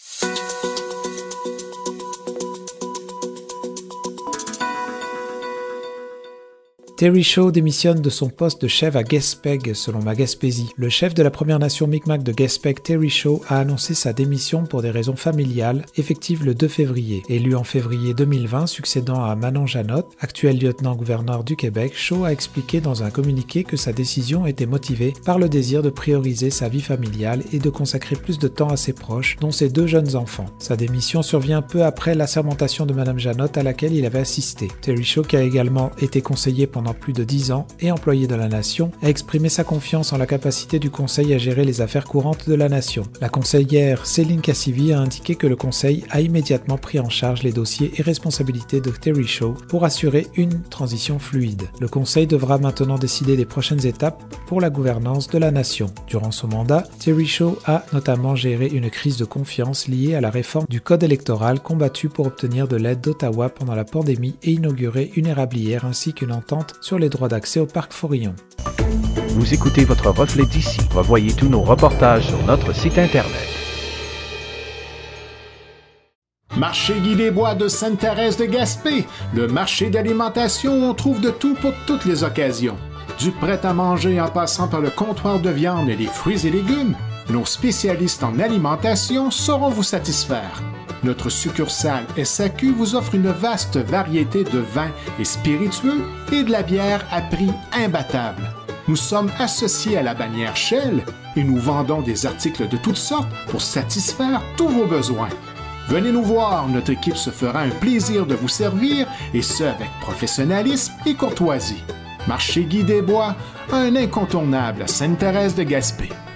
Terry Shaw démissionne de son poste de chef à Gaspé, selon ma Gaspésie. Le chef de la Première Nation Micmac de Gaspé, Terry Shaw, a annoncé sa démission pour des raisons familiales, effective le deux février. Élu en février deux mille vingt, succédant à Manon Janotte, actuel lieutenant-gouverneur du Québec, Shaw a expliqué dans un communiqué que sa décision était motivée par le désir de prioriser sa vie familiale et de consacrer plus de temps à ses proches, dont ses deux jeunes enfants. Sa démission survient peu après l'assermentation de Madame Janotte à laquelle il avait assisté. Terry Shaw, qui a également été conseiller pendant plus de dix ans et employé de la Nation, a exprimé sa confiance en la capacité du Conseil à gérer les affaires courantes de la Nation. La conseillère Céline Cassivi a indiqué que le Conseil a immédiatement pris en charge les dossiers et responsabilités de Terry Shaw pour assurer une transition fluide. Le Conseil devra maintenant décider des prochaines étapes pour la gouvernance de la Nation. Durant son mandat, Terry Shaw a notamment géré une crise de confiance liée à la réforme du Code électoral combattue pour obtenir de l'aide d'Ottawa pendant la pandémie et inaugurer une érablière ainsi qu'une entente sur les droits d'accès au parc Forillon. Vous écoutez votre reflet d'ici. Revoyez tous nos reportages sur notre site Internet. Marché Guy des Bois de Sainte-Thérèse de Gaspé, le marché d'alimentation où on trouve de tout pour toutes les occasions. Du prêt-à-manger en passant par le comptoir de viande et les fruits et légumes, nos spécialistes en alimentation sauront vous satisfaire. Notre succursale S A Q vous offre une vaste variété de vins et spiritueux et de la bière à prix imbattable. Nous sommes associés à la bannière Shell et nous vendons des articles de toutes sortes pour satisfaire tous vos besoins. Venez nous voir, notre équipe se fera un plaisir de vous servir et ce avec professionnalisme et courtoisie. Marché Guy des Bois, un incontournable à Sainte-Thérèse de Gaspé.